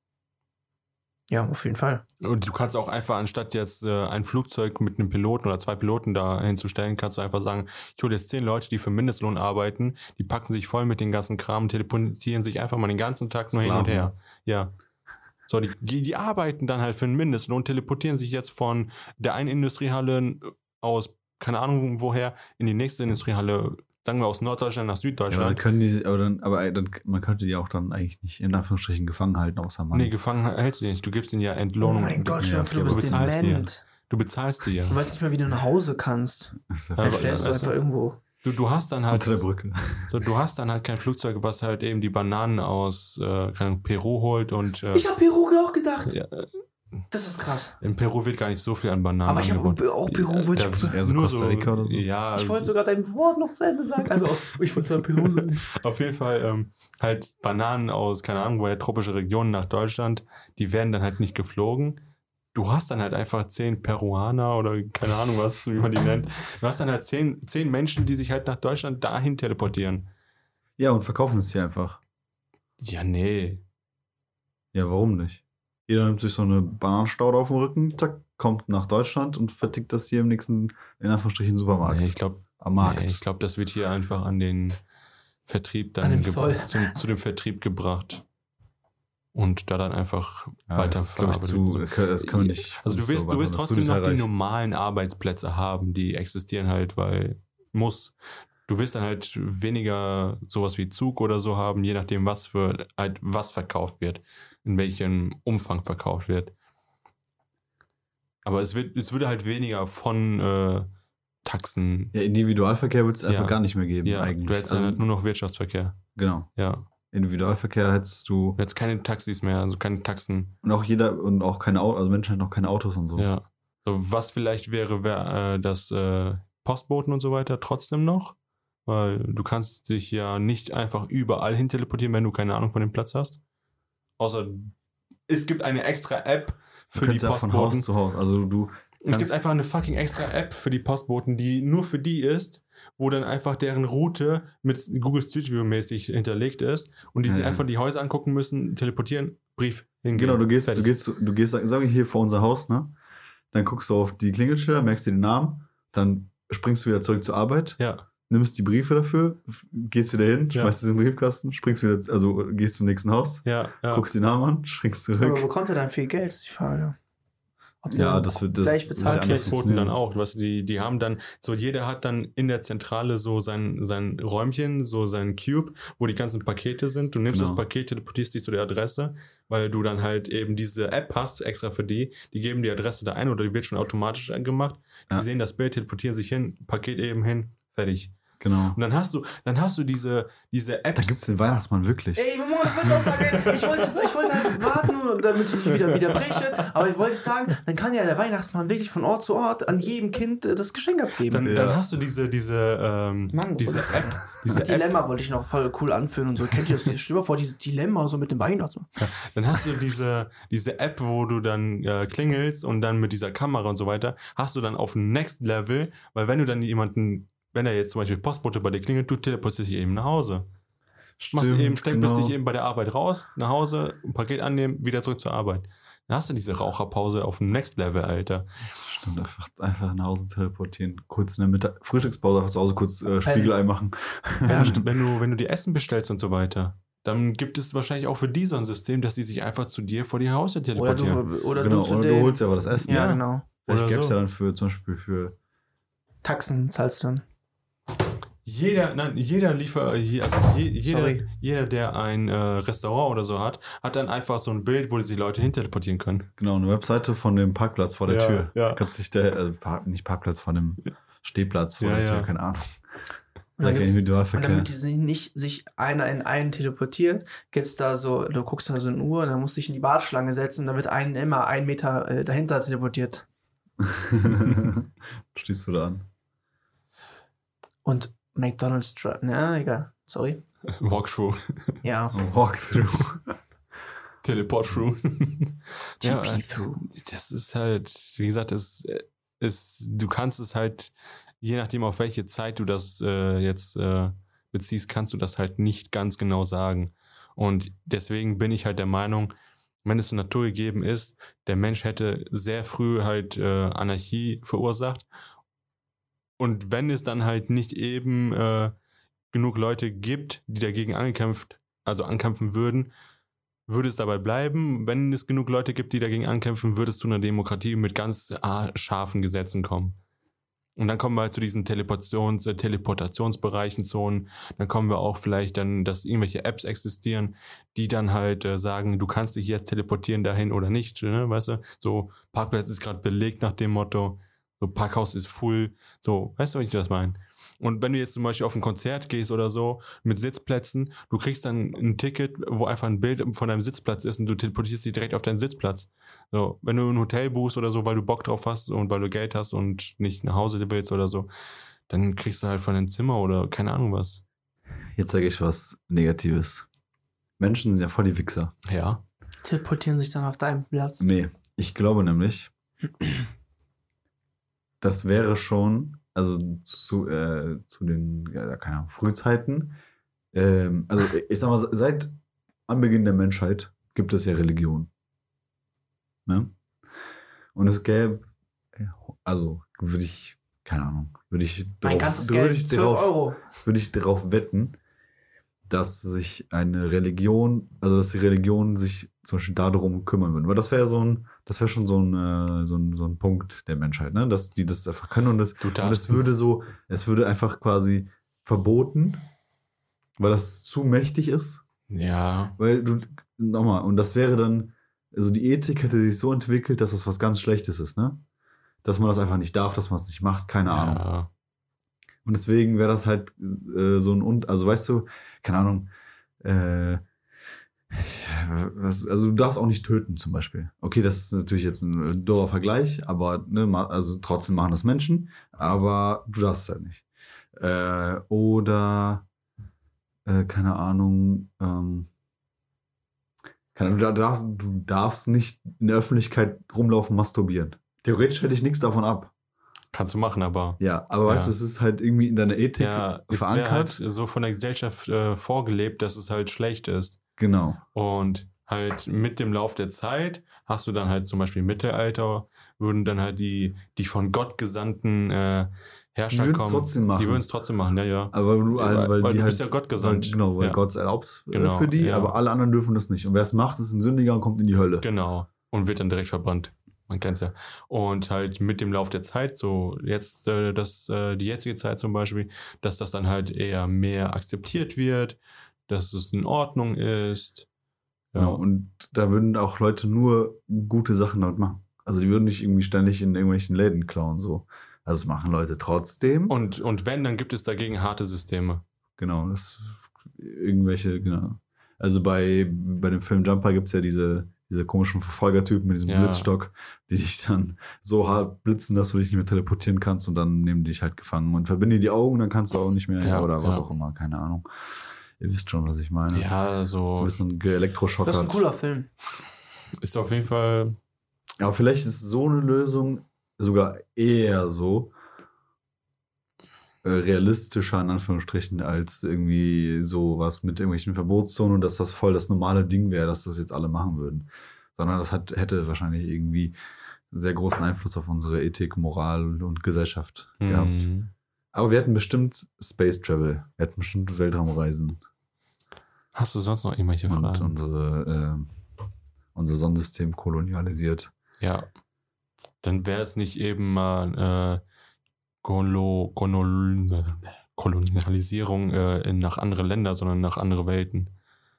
ja, auf jeden Fall. Und du kannst auch einfach, anstatt jetzt äh, ein Flugzeug mit einem Piloten oder zwei Piloten da hinzustellen, kannst du einfach sagen, ich hole jetzt zehn Leute, die für Mindestlohn arbeiten, die packen sich voll mit den ganzen Kram, teleportieren sich einfach mal den ganzen Tag nur hin und Sklaven. her. Ja. So, die, die, die arbeiten dann halt für einen Mindestlohn, teleportieren sich jetzt von der einen Industriehalle aus, keine Ahnung woher, in die nächste Industriehalle, sagen wir aus Norddeutschland nach Ja, aber dann Süddeutschland. können die, aber dann, aber dann, man könnte die auch dann eigentlich nicht in Anführungsstrichen gefangen halten, außer man. Nee, gefangen hältst du die nicht. Du gibst ihnen ja Oh Entlohnung. mein Gott, ja, stell dir vor, du okay, bist aber bezahlst dir. dement. Du bezahlst die ja. Du weißt nicht mehr, wie du nach Hause kannst. Das ist ja Ja, Dann aber- stellst du weißt einfach du- irgendwo. Du, du hast dann halt unter der Brücke. So, du hast dann halt kein Flugzeug, was halt eben die Bananen aus äh, keine Ahnung, Peru holt und äh, Ich habe Peru auch gedacht. ja, äh, Das ist krass. in Peru wird gar nicht so viel an Bananen Aber ich habe angeboten. auch Peru. Ja, wollte da- ich, eher so nur Costa Rica oder so. Ja, ich wollte sogar dein Wort noch zu Ende sagen. Also aus, ich wollte sogar Peru sagen. auf jeden Fall ähm, halt Bananen aus, keine Ahnung, woher tropische Regionen nach Deutschland, die werden dann halt nicht geflogen. Du hast dann halt einfach zehn Peruaner oder keine Ahnung was, wie man die nennt. Du hast dann halt zehn, zehn Menschen, die sich halt nach Deutschland dahin teleportieren. Ja, und verkaufen es hier einfach. Ja, nee. Ja, warum nicht? Jeder nimmt sich so eine Bananenstaude auf den Rücken, zack, kommt nach Deutschland und vertickt das hier im nächsten, in Anführungsstrichen, Supermarkt. Nee, ich glaube, Am Markt. Nee, ich glaube, das wird hier einfach an den Vertrieb dann An den ge- Zoll. zum, zu dem Vertrieb gebracht und da dann einfach Ja, weiter das ist, glaub ich, verarbeitet. zu, So. das können wir nicht. Also du nicht wirst, so du wirst weiter, das ist trotzdem zu noch die detailreich. normalen Arbeitsplätze haben, die existieren halt, weil muss. Du wirst dann halt weniger sowas wie Zug oder so haben, je nachdem, was für halt was verkauft wird, in welchem Umfang verkauft wird. Aber es wird, es würde halt weniger von äh, Taxen. Ja, Individualverkehr wird es einfach Ja. gar nicht mehr geben, Ja, eigentlich. du hättest Also, dann halt nur noch Wirtschaftsverkehr. genau. Ja. Individualverkehr hättest du. Jetzt keine Taxis mehr, also keine Taxen. Und auch jeder, und auch keine Autos, also Menschen hätten auch keine Autos und so. Ja. So, was vielleicht wäre, wäre äh, das äh, Postboten und so weiter trotzdem noch. Weil du kannst dich ja nicht einfach überall hin teleportieren, wenn du keine Ahnung von dem Platz hast. Außer es gibt eine extra App Du für die kannst ja von Haus Postboten. zu Haus. Also du, Es gibt einfach eine fucking extra App für die Postboten, die nur für die ist, wo dann einfach deren Route mit Google Street View mäßig hinterlegt ist und die Ja, sich ja. einfach die Häuser angucken müssen, teleportieren, Brief hingehen. Genau, du gehst, du Fertig. gehst, du gehst, sag ich hier vor unser Haus, ne? Dann guckst du auf die Klingelschilder, merkst dir den Namen, dann springst du wieder zurück zur Arbeit, Ja. nimmst die Briefe dafür, f- gehst wieder hin, Ja. schmeißt es in den Briefkasten, springst wieder, also gehst zum nächsten Haus, Ja, ja. guckst den Namen an, springst Aber zurück. bekommt er dann viel Geld, ist die Frage. Ob der Ja, dann das wird das gleich wird bezahlt anders wird. Paketboten dann funktionieren. auch. Du weißt, die, die haben dann, so jeder hat dann in der Zentrale so sein, sein Räumchen, so sein Cube, wo die ganzen Pakete sind. Du nimmst Genau. das Paket, teleportierst dich zu der Adresse, weil du dann halt eben diese App hast, extra für die. Die geben die Adresse da ein oder die wird schon automatisch gemacht. Die Ja. sehen das Bild, teleportieren sich hin, Paket eben hin, fertig. Genau. Und dann hast du, dann hast du diese, diese Da Apps. gibt's den Weihnachtsmann wirklich. Ey, Mama, das wollte ich auch sagen. Ich wollte, ich wollte halt warten, damit ich nicht wieder widerbreche. Aber ich wollte sagen, dann kann ja der Weihnachtsmann wirklich von Ort zu Ort an jedem Kind äh, das Geschenk abgeben. Dann, Ja. dann hast du diese, diese, ähm, Mann, diese oder? App, diese Das App, Dilemma wollte ich noch voll cool anführen und so. Kennt ihr das? Stell dir mal vor, dieses Dilemma so mit dem Weihnachtsmann. dann hast du diese, diese App, wo du dann äh, klingelst und dann mit dieser Kamera und so weiter, hast du dann auf dem Next Level, weil wenn du dann jemanden, wenn er jetzt zum Beispiel Postbote bei dir klingelt, du teleportierst dich eben nach Hause. Machst du eben, stempelst genau. dich eben bei der Arbeit raus, nach Hause, ein Paket annehmen, wieder zurück zur Arbeit. Dann hast du diese Raucherpause auf dem Next Level, Alter. Stimmt, einfach, einfach nach Hause teleportieren. Kurz in der Mittag Frühstückspause einfach zu Hause kurz äh, Spiegelei machen. Ja, wenn du, wenn du dir Essen bestellst und so weiter, dann gibt es wahrscheinlich auch für die so ein System, dass die sich einfach zu dir vor die Haustür Oder teleportieren. du, oder Genau, du zu oder du den... holst ja aber das Essen. Ja, Ja. genau. Vielleicht oder gäbe es so. ja dann für zum Beispiel für Taxen zahlst du dann. Jeder, nein, jeder Liefer, je- also je, jeder, Sorry. jeder, der ein äh, Restaurant oder so hat, hat dann einfach so ein Bild, wo sich Leute hinteleportieren können. genau eine Webseite von dem Parkplatz vor der Ja, Tür. ja. Kannst dich der, äh, Park, nicht Parkplatz, von dem Stehplatz vor Ja, der Tür, ja. keine Ahnung. Und Oder dann kein gibt's- Und Individualverkehr. damit die sich nicht sich einer in einen teleportiert, gibt's da so, du guckst da so eine Uhr, dann musst du dich in die Warteschlange setzen und dann wird einen immer einen Meter äh, dahinter teleportiert. Stehst du da an? Und McDonald's, Dri- na egal, sorry. Walkthrough, Ja. Walkthrough. Teleportthrough. ja, T P through. das ist halt, wie gesagt, es, es, du kannst es halt, je nachdem auf welche Zeit du das äh, jetzt äh, beziehst, kannst du das halt nicht ganz genau sagen. Und deswegen bin ich halt der Meinung, wenn es so Natur gegeben ist, der Mensch hätte sehr früh halt äh, Anarchie verursacht. Und wenn es dann halt nicht eben äh, genug Leute gibt, die dagegen angekämpft, also ankämpfen würden, würde es dabei bleiben. Wenn es genug Leute gibt, die dagegen ankämpfen, würdest du in einer Demokratie mit ganz ah, scharfen Gesetzen kommen. Und dann kommen wir halt zu diesen Teleportations, äh, Teleportationsbereichen, Zonen. Dann kommen wir auch vielleicht dann, dass irgendwelche Apps existieren, die dann halt äh, sagen, du kannst dich jetzt teleportieren dahin oder nicht, ne? Weißt du? So, Parkplatz ist gerade belegt nach dem Motto, so Parkhaus ist full, so, weißt du, was ich das meine? Und wenn du jetzt zum Beispiel auf ein Konzert gehst oder so, mit Sitzplätzen, du kriegst dann ein Ticket, wo einfach ein Bild von deinem Sitzplatz ist und du teleportierst dich direkt auf deinen Sitzplatz. So, wenn du ein Hotel buchst oder so, weil du Bock drauf hast und weil du Geld hast und nicht nach Hause willst oder so, dann kriegst du halt von deinem Zimmer oder keine Ahnung was. Jetzt sage ich was Negatives. Menschen sind ja voll die Wichser. Ja. Teleportieren sich dann auf deinem Platz. Nee, ich glaube nämlich, das wäre schon, also zu, äh, zu den, ja, keine Ahnung, Frühzeiten, ähm, also ich sag mal, seit Anbeginn der Menschheit gibt es ja Religion. Ne? Und es gäbe, also würde ich, keine Ahnung, würde ich Mein drauf, ganzes würde Geld, ich zwölf drauf, Euro. würde ich darauf wetten, dass sich eine Religion, also dass die Religion sich zum Beispiel darum kümmern würden. Weil das wäre so ein, das wäre schon so ein, äh, so ein, so ein Punkt der Menschheit, ne? Dass die das einfach können und das, Du und darfst es würde so, es würde einfach quasi verboten, weil das zu mächtig ist. Ja. Weil du, nochmal, und das wäre dann, also die Ethik hätte sich so entwickelt, dass das was ganz Schlechtes ist, ne? Dass man das einfach nicht darf, dass man es nicht macht, keine Ahnung. Ja. Und deswegen wäre das halt äh, so ein, und also weißt du, keine Ahnung, äh, was, also du darfst auch nicht töten zum Beispiel. Okay, das ist natürlich jetzt ein doofer Vergleich, aber ne, ma- also trotzdem machen das Menschen, aber du darfst es halt nicht. Äh, oder äh, keine Ahnung, ähm, keine Ahnung, du darfst, du darfst nicht in der Öffentlichkeit rumlaufen, masturbieren. Theoretisch hätte ich nichts davon ab. Kannst du machen, aber Ja, aber Ja. weißt du, es ist halt irgendwie in deiner Ethik ja, es wäre verankert. halt so von der Gesellschaft äh, vorgelebt, dass es halt schlecht ist. Genau. Und halt mit dem Lauf der Zeit hast du dann halt zum Beispiel im Mittelalter, würden dann halt die, die von Gott gesandten äh, Herrscher Die würden's kommen. trotzdem machen. Die würden es trotzdem machen, ja, ja. Aber du, Ja, halt, weil- weil, weil die du halt, bist ja Gott gesandt. Weil, genau, weil Ja. Gott es erlaubt äh, Genau, für die, ja. aber alle anderen dürfen das nicht. Und wer es macht, ist ein Sündiger und kommt in die Hölle. Genau. Und wird dann direkt verbrannt. Man kennt's ja. Und halt mit dem Lauf der Zeit, so jetzt äh, das, äh, die jetzige Zeit zum Beispiel, dass das dann halt eher mehr akzeptiert wird, dass es in Ordnung ist. Ja. Genau. Und da würden auch Leute nur gute Sachen damit machen. Also die würden nicht irgendwie ständig in irgendwelchen Läden klauen. So. Also das machen Leute trotzdem. Und, und wenn, dann gibt es dagegen harte Systeme. Genau, das irgendwelche, genau. Also bei, bei dem Film Jumper gibt es ja diese, diese komischen Verfolgertypen mit diesem Ja. Blitzstock, die dich dann so hart blitzen, dass du dich nicht mehr teleportieren kannst und dann nehmen die dich halt gefangen und verbinden dir die Augen, dann kannst du auch nicht mehr, Ja, oder was ja. auch immer, keine Ahnung. Ihr wisst schon, was ich meine. Ja, Du so bist ein Das ist ein Elektroschocker. cooler Film. ist auf jeden Fall. Aber vielleicht ist so eine Lösung sogar eher so äh, realistischer, in Anführungsstrichen, als irgendwie sowas mit irgendwelchen Verbotszonen und dass das voll das normale Ding wäre, dass das jetzt alle machen würden. Sondern das hat, hätte wahrscheinlich irgendwie einen sehr großen Einfluss auf unsere Ethik, Moral und Gesellschaft gehabt. Mh, Aber wir hätten bestimmt Space Travel. Wir hätten bestimmt Weltraumreisen. hast du sonst noch irgendwelche Und Fragen? unsere, äh, unser Sonnensystem kolonialisiert. Ja. Dann wäre es nicht eben mal äh, Kolo, Konol, Kolonialisierung äh, in, nach andere Länder, sondern nach andere Welten.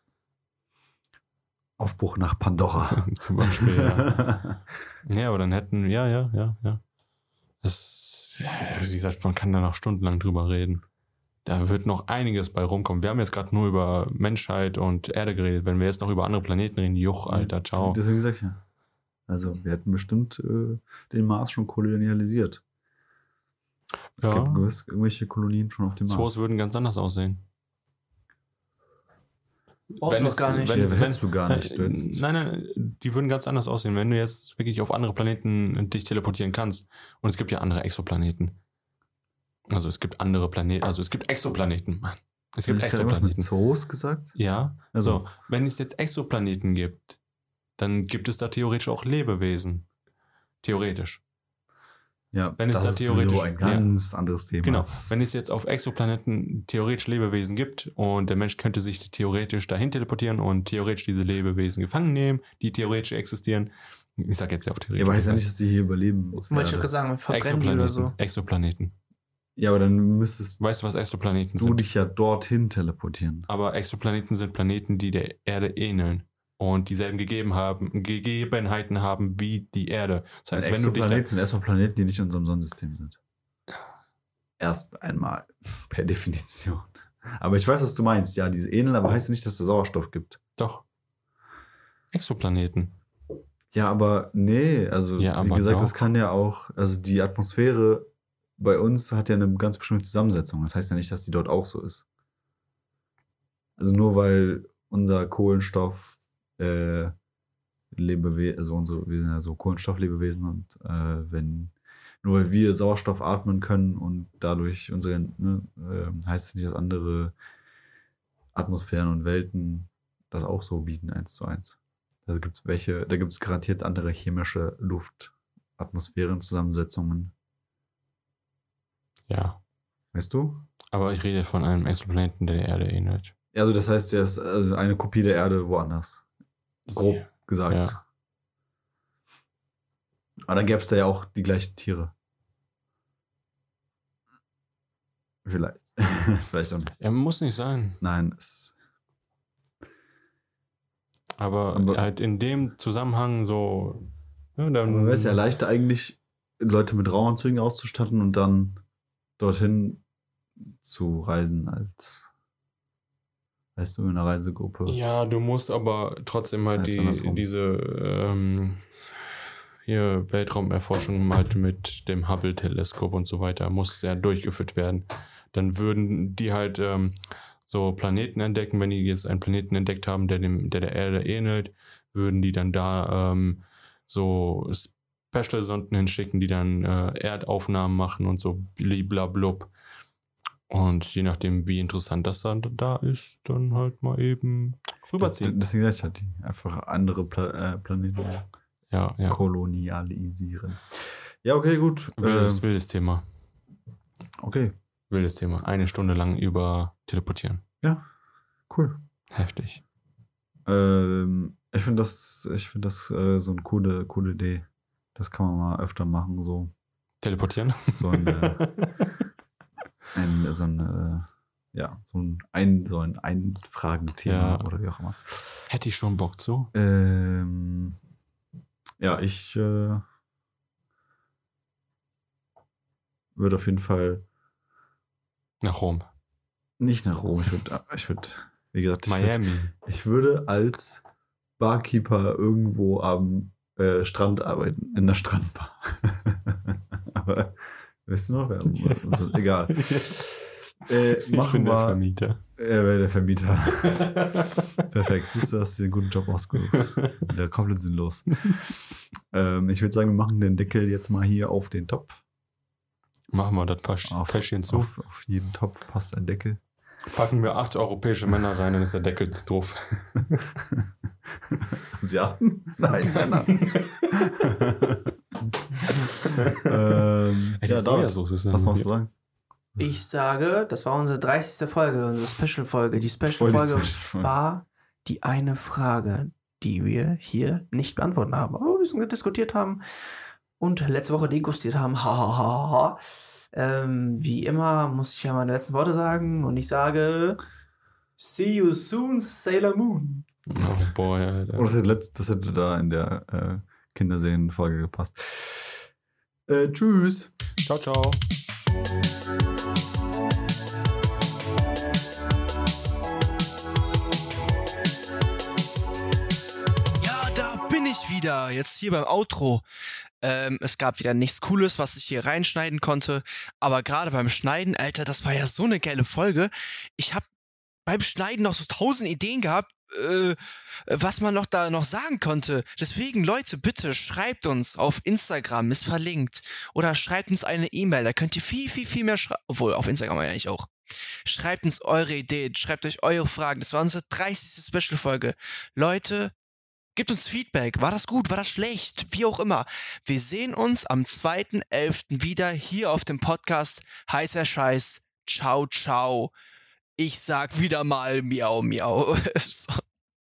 Aufbruch nach Pandora. Zum Beispiel, ja. Ja, aber dann hätten, ja, ja, ja, ja. Das, ja, wie gesagt, man kann da noch stundenlang drüber reden. Da wird noch einiges bei rumkommen. Wir haben jetzt gerade nur über Menschheit und Erde geredet. Wenn wir jetzt noch über andere Planeten reden, juch, Alter, ciao. Deswegen sag ich ja. Also, wir hätten bestimmt äh, den Mars schon kolonialisiert. Es Ja. gibt gewiss, irgendwelche Kolonien schon auf dem Zoos Mars. würden ganz anders aussehen. Brauchst du Wenn doch es- gar nicht. wenn Ja, es- hättest wenn- du gar nicht. Äh, Du hättest- Nein, nein, die würden ganz anders aussehen, wenn du jetzt wirklich auf andere Planeten dich teleportieren kannst. Und es gibt ja andere Exoplaneten. Also es gibt andere Planeten, also es gibt Exoplaneten, Mann. Es gibt Hab ich gerade irgendwas mit Exoplaneten. Zoos gesagt? Ja, Also- so. Wenn es jetzt Exoplaneten gibt, dann gibt es da theoretisch auch Lebewesen. Theoretisch. Ja, Wenn es das da ist theoretisch- sowieso ein ganz anderes Thema. Genau. Wenn es jetzt auf Exoplaneten theoretisch Lebewesen gibt und der Mensch könnte sich theoretisch dahin teleportieren und theoretisch diese Lebewesen gefangen nehmen, die theoretisch existieren. Ich sag jetzt ja auch Ja, theoretisch. aber heißt ja nicht, dass die hier überleben. Wollte ich gerade sagen, verbrennen die oder Exoplaneten. so. Exoplaneten. Ja, aber dann müsstest Weißt du, was Exoplaneten du sind? dich ja dorthin teleportieren. Aber Exoplaneten sind Planeten, die der Erde ähneln und dieselben gegeben haben, Gegebenheiten haben wie die Erde. Das heißt, wenn du dich da, Exoplaneten sind erstmal Planeten, die nicht in unserem Sonnensystem sind. Erst einmal, per Definition. Aber ich weiß, was du meinst. Ja, diese ähneln, aber heißt ja nicht, dass es Sauerstoff gibt. doch. Exoplaneten. Ja, aber nee, also Ja, wie aber gesagt, doch. das kann ja auch, also die Atmosphäre bei uns hat ja eine ganz bestimmte Zusammensetzung. Das heißt ja nicht, dass die dort auch so ist. Also nur weil unser Kohlenstoff äh, Lebewesen, also unsere, wir sind ja so Kohlenstofflebewesen und äh, wenn nur weil wir Sauerstoff atmen können und dadurch unsere, ne, äh, heißt es nicht, dass andere Atmosphären und Welten das auch so bieten, eins zu eins. Da gibt es welche, da gibt es garantiert andere chemische Luft-Atmosphären-Zusammensetzungen. Ja. Weißt du? Aber ich rede von einem Exoplaneten, der der Erde ähnelt. Also das heißt, der ist also eine Kopie der Erde woanders. Grob Ja. gesagt. Ja. Aber dann gäbe es da ja auch die gleichen Tiere. Vielleicht. Vielleicht auch nicht. Er muss nicht sein. Nein, es, Aber, Aber- halt in dem Zusammenhang so. Ja, dann aber wäre es ja leichter eigentlich, Leute mit Raumanzügen auszustatten und dann dorthin zu reisen als, weißt du, in einer Reisegruppe. Ja, du musst aber trotzdem halt Als die, andersrum. diese ähm, hier Weltraumerforschung halt mit dem Hubble-Teleskop und so weiter muss ja durchgeführt werden. Dann würden die halt ähm, so Planeten entdecken, wenn die jetzt einen Planeten entdeckt haben, der dem, der der Erde ähnelt, würden die dann da ähm, so Special-Sonden hinschicken, die dann äh, Erdaufnahmen machen und so bliblablub. Und je nachdem, wie interessant das dann da ist, dann halt mal eben rüberziehen. Deswegen sag ich halt, die einfach andere Pla äh, Planeten Ja, ja. kolonialisieren. Ja, okay, gut. Wildes, Ähm, wildes Thema. okay, Wildes Thema. Eine Stunde lang über teleportieren. ja, cool. Heftig. Ähm, ich finde das, ich finde das äh, so eine coole, coole Idee. Das kann man mal öfter machen, so, Teleportieren? so ein, äh, ein, so ein, äh, ja, so ein, ein, so ein Einfragenthema Ja. oder wie auch immer. Hätte ich schon Bock zu. Ähm, ja, ich äh, würde auf jeden Fall Nach Rom. nicht nach Rom. Ich würde, ich würde, wie gesagt, ich, würd, Miami. ich würde als Barkeeper irgendwo am äh, Strand arbeiten, in der Strandbar. Aber weißt du noch, wir haben, also, egal. Äh, Ich machen bin der wir. Vermieter. Er wäre der Vermieter. Perfekt. Siehst du, hast dir einen guten Job ausgesucht. Der komplett sinnlos. ähm, ich würde sagen, wir machen den Deckel jetzt mal hier auf den Topf. Machen wir das Fasch Auf, Fäschchen zu. auf, auf jeden Topf passt ein Deckel. Packen wir acht europäische Männer rein, dann ist der Deckel drauf. Asiaten? Nein, Männer. ähm, Ey, die ja, David, Sojasauce ist dann was machst hier. du sagen? Ich sage, das war unsere dreißigste Folge, unsere Special-Folge. Die Voll die Special-Folge Special-Folge. war die eine Frage, die wir hier nicht beantwortet haben, aber ein bisschen diskutiert haben und letzte Woche degustiert haben. Ha, ha, ha, ha. Ähm, wie immer muss ich ja meine letzten Worte sagen und ich sage See you soon, Sailor Moon. Oh boy, Alter. Oh, das hätte, letzt, das hätte da in der äh, Kinderserien-Folge gepasst. Äh, tschüss. Ciao, ciao. Ja, da bin ich wieder. Jetzt hier beim Outro. Ähm, es gab wieder nichts Cooles, was ich hier reinschneiden konnte. Aber gerade beim Schneiden, Alter, das war ja so eine geile Folge. Ich habe beim Schneiden noch so tausend Ideen gehabt, äh, was man noch da noch sagen konnte. Deswegen, Leute, bitte schreibt uns auf Instagram, ist verlinkt. Oder schreibt uns eine E-Mail, da könnt ihr viel, viel, viel mehr schreiben. Obwohl, auf Instagram ja eigentlich auch. Schreibt uns eure Ideen, schreibt euch eure Fragen. Das war unsere dreißigste Special-Folge. Leute, gebt uns Feedback. War das gut? War das schlecht? Wie auch immer. Wir sehen uns am zweiten elften wieder hier auf dem Podcast Heißer Scheiß. Ciao, ciao. Ich sag wieder mal Miau, Miau.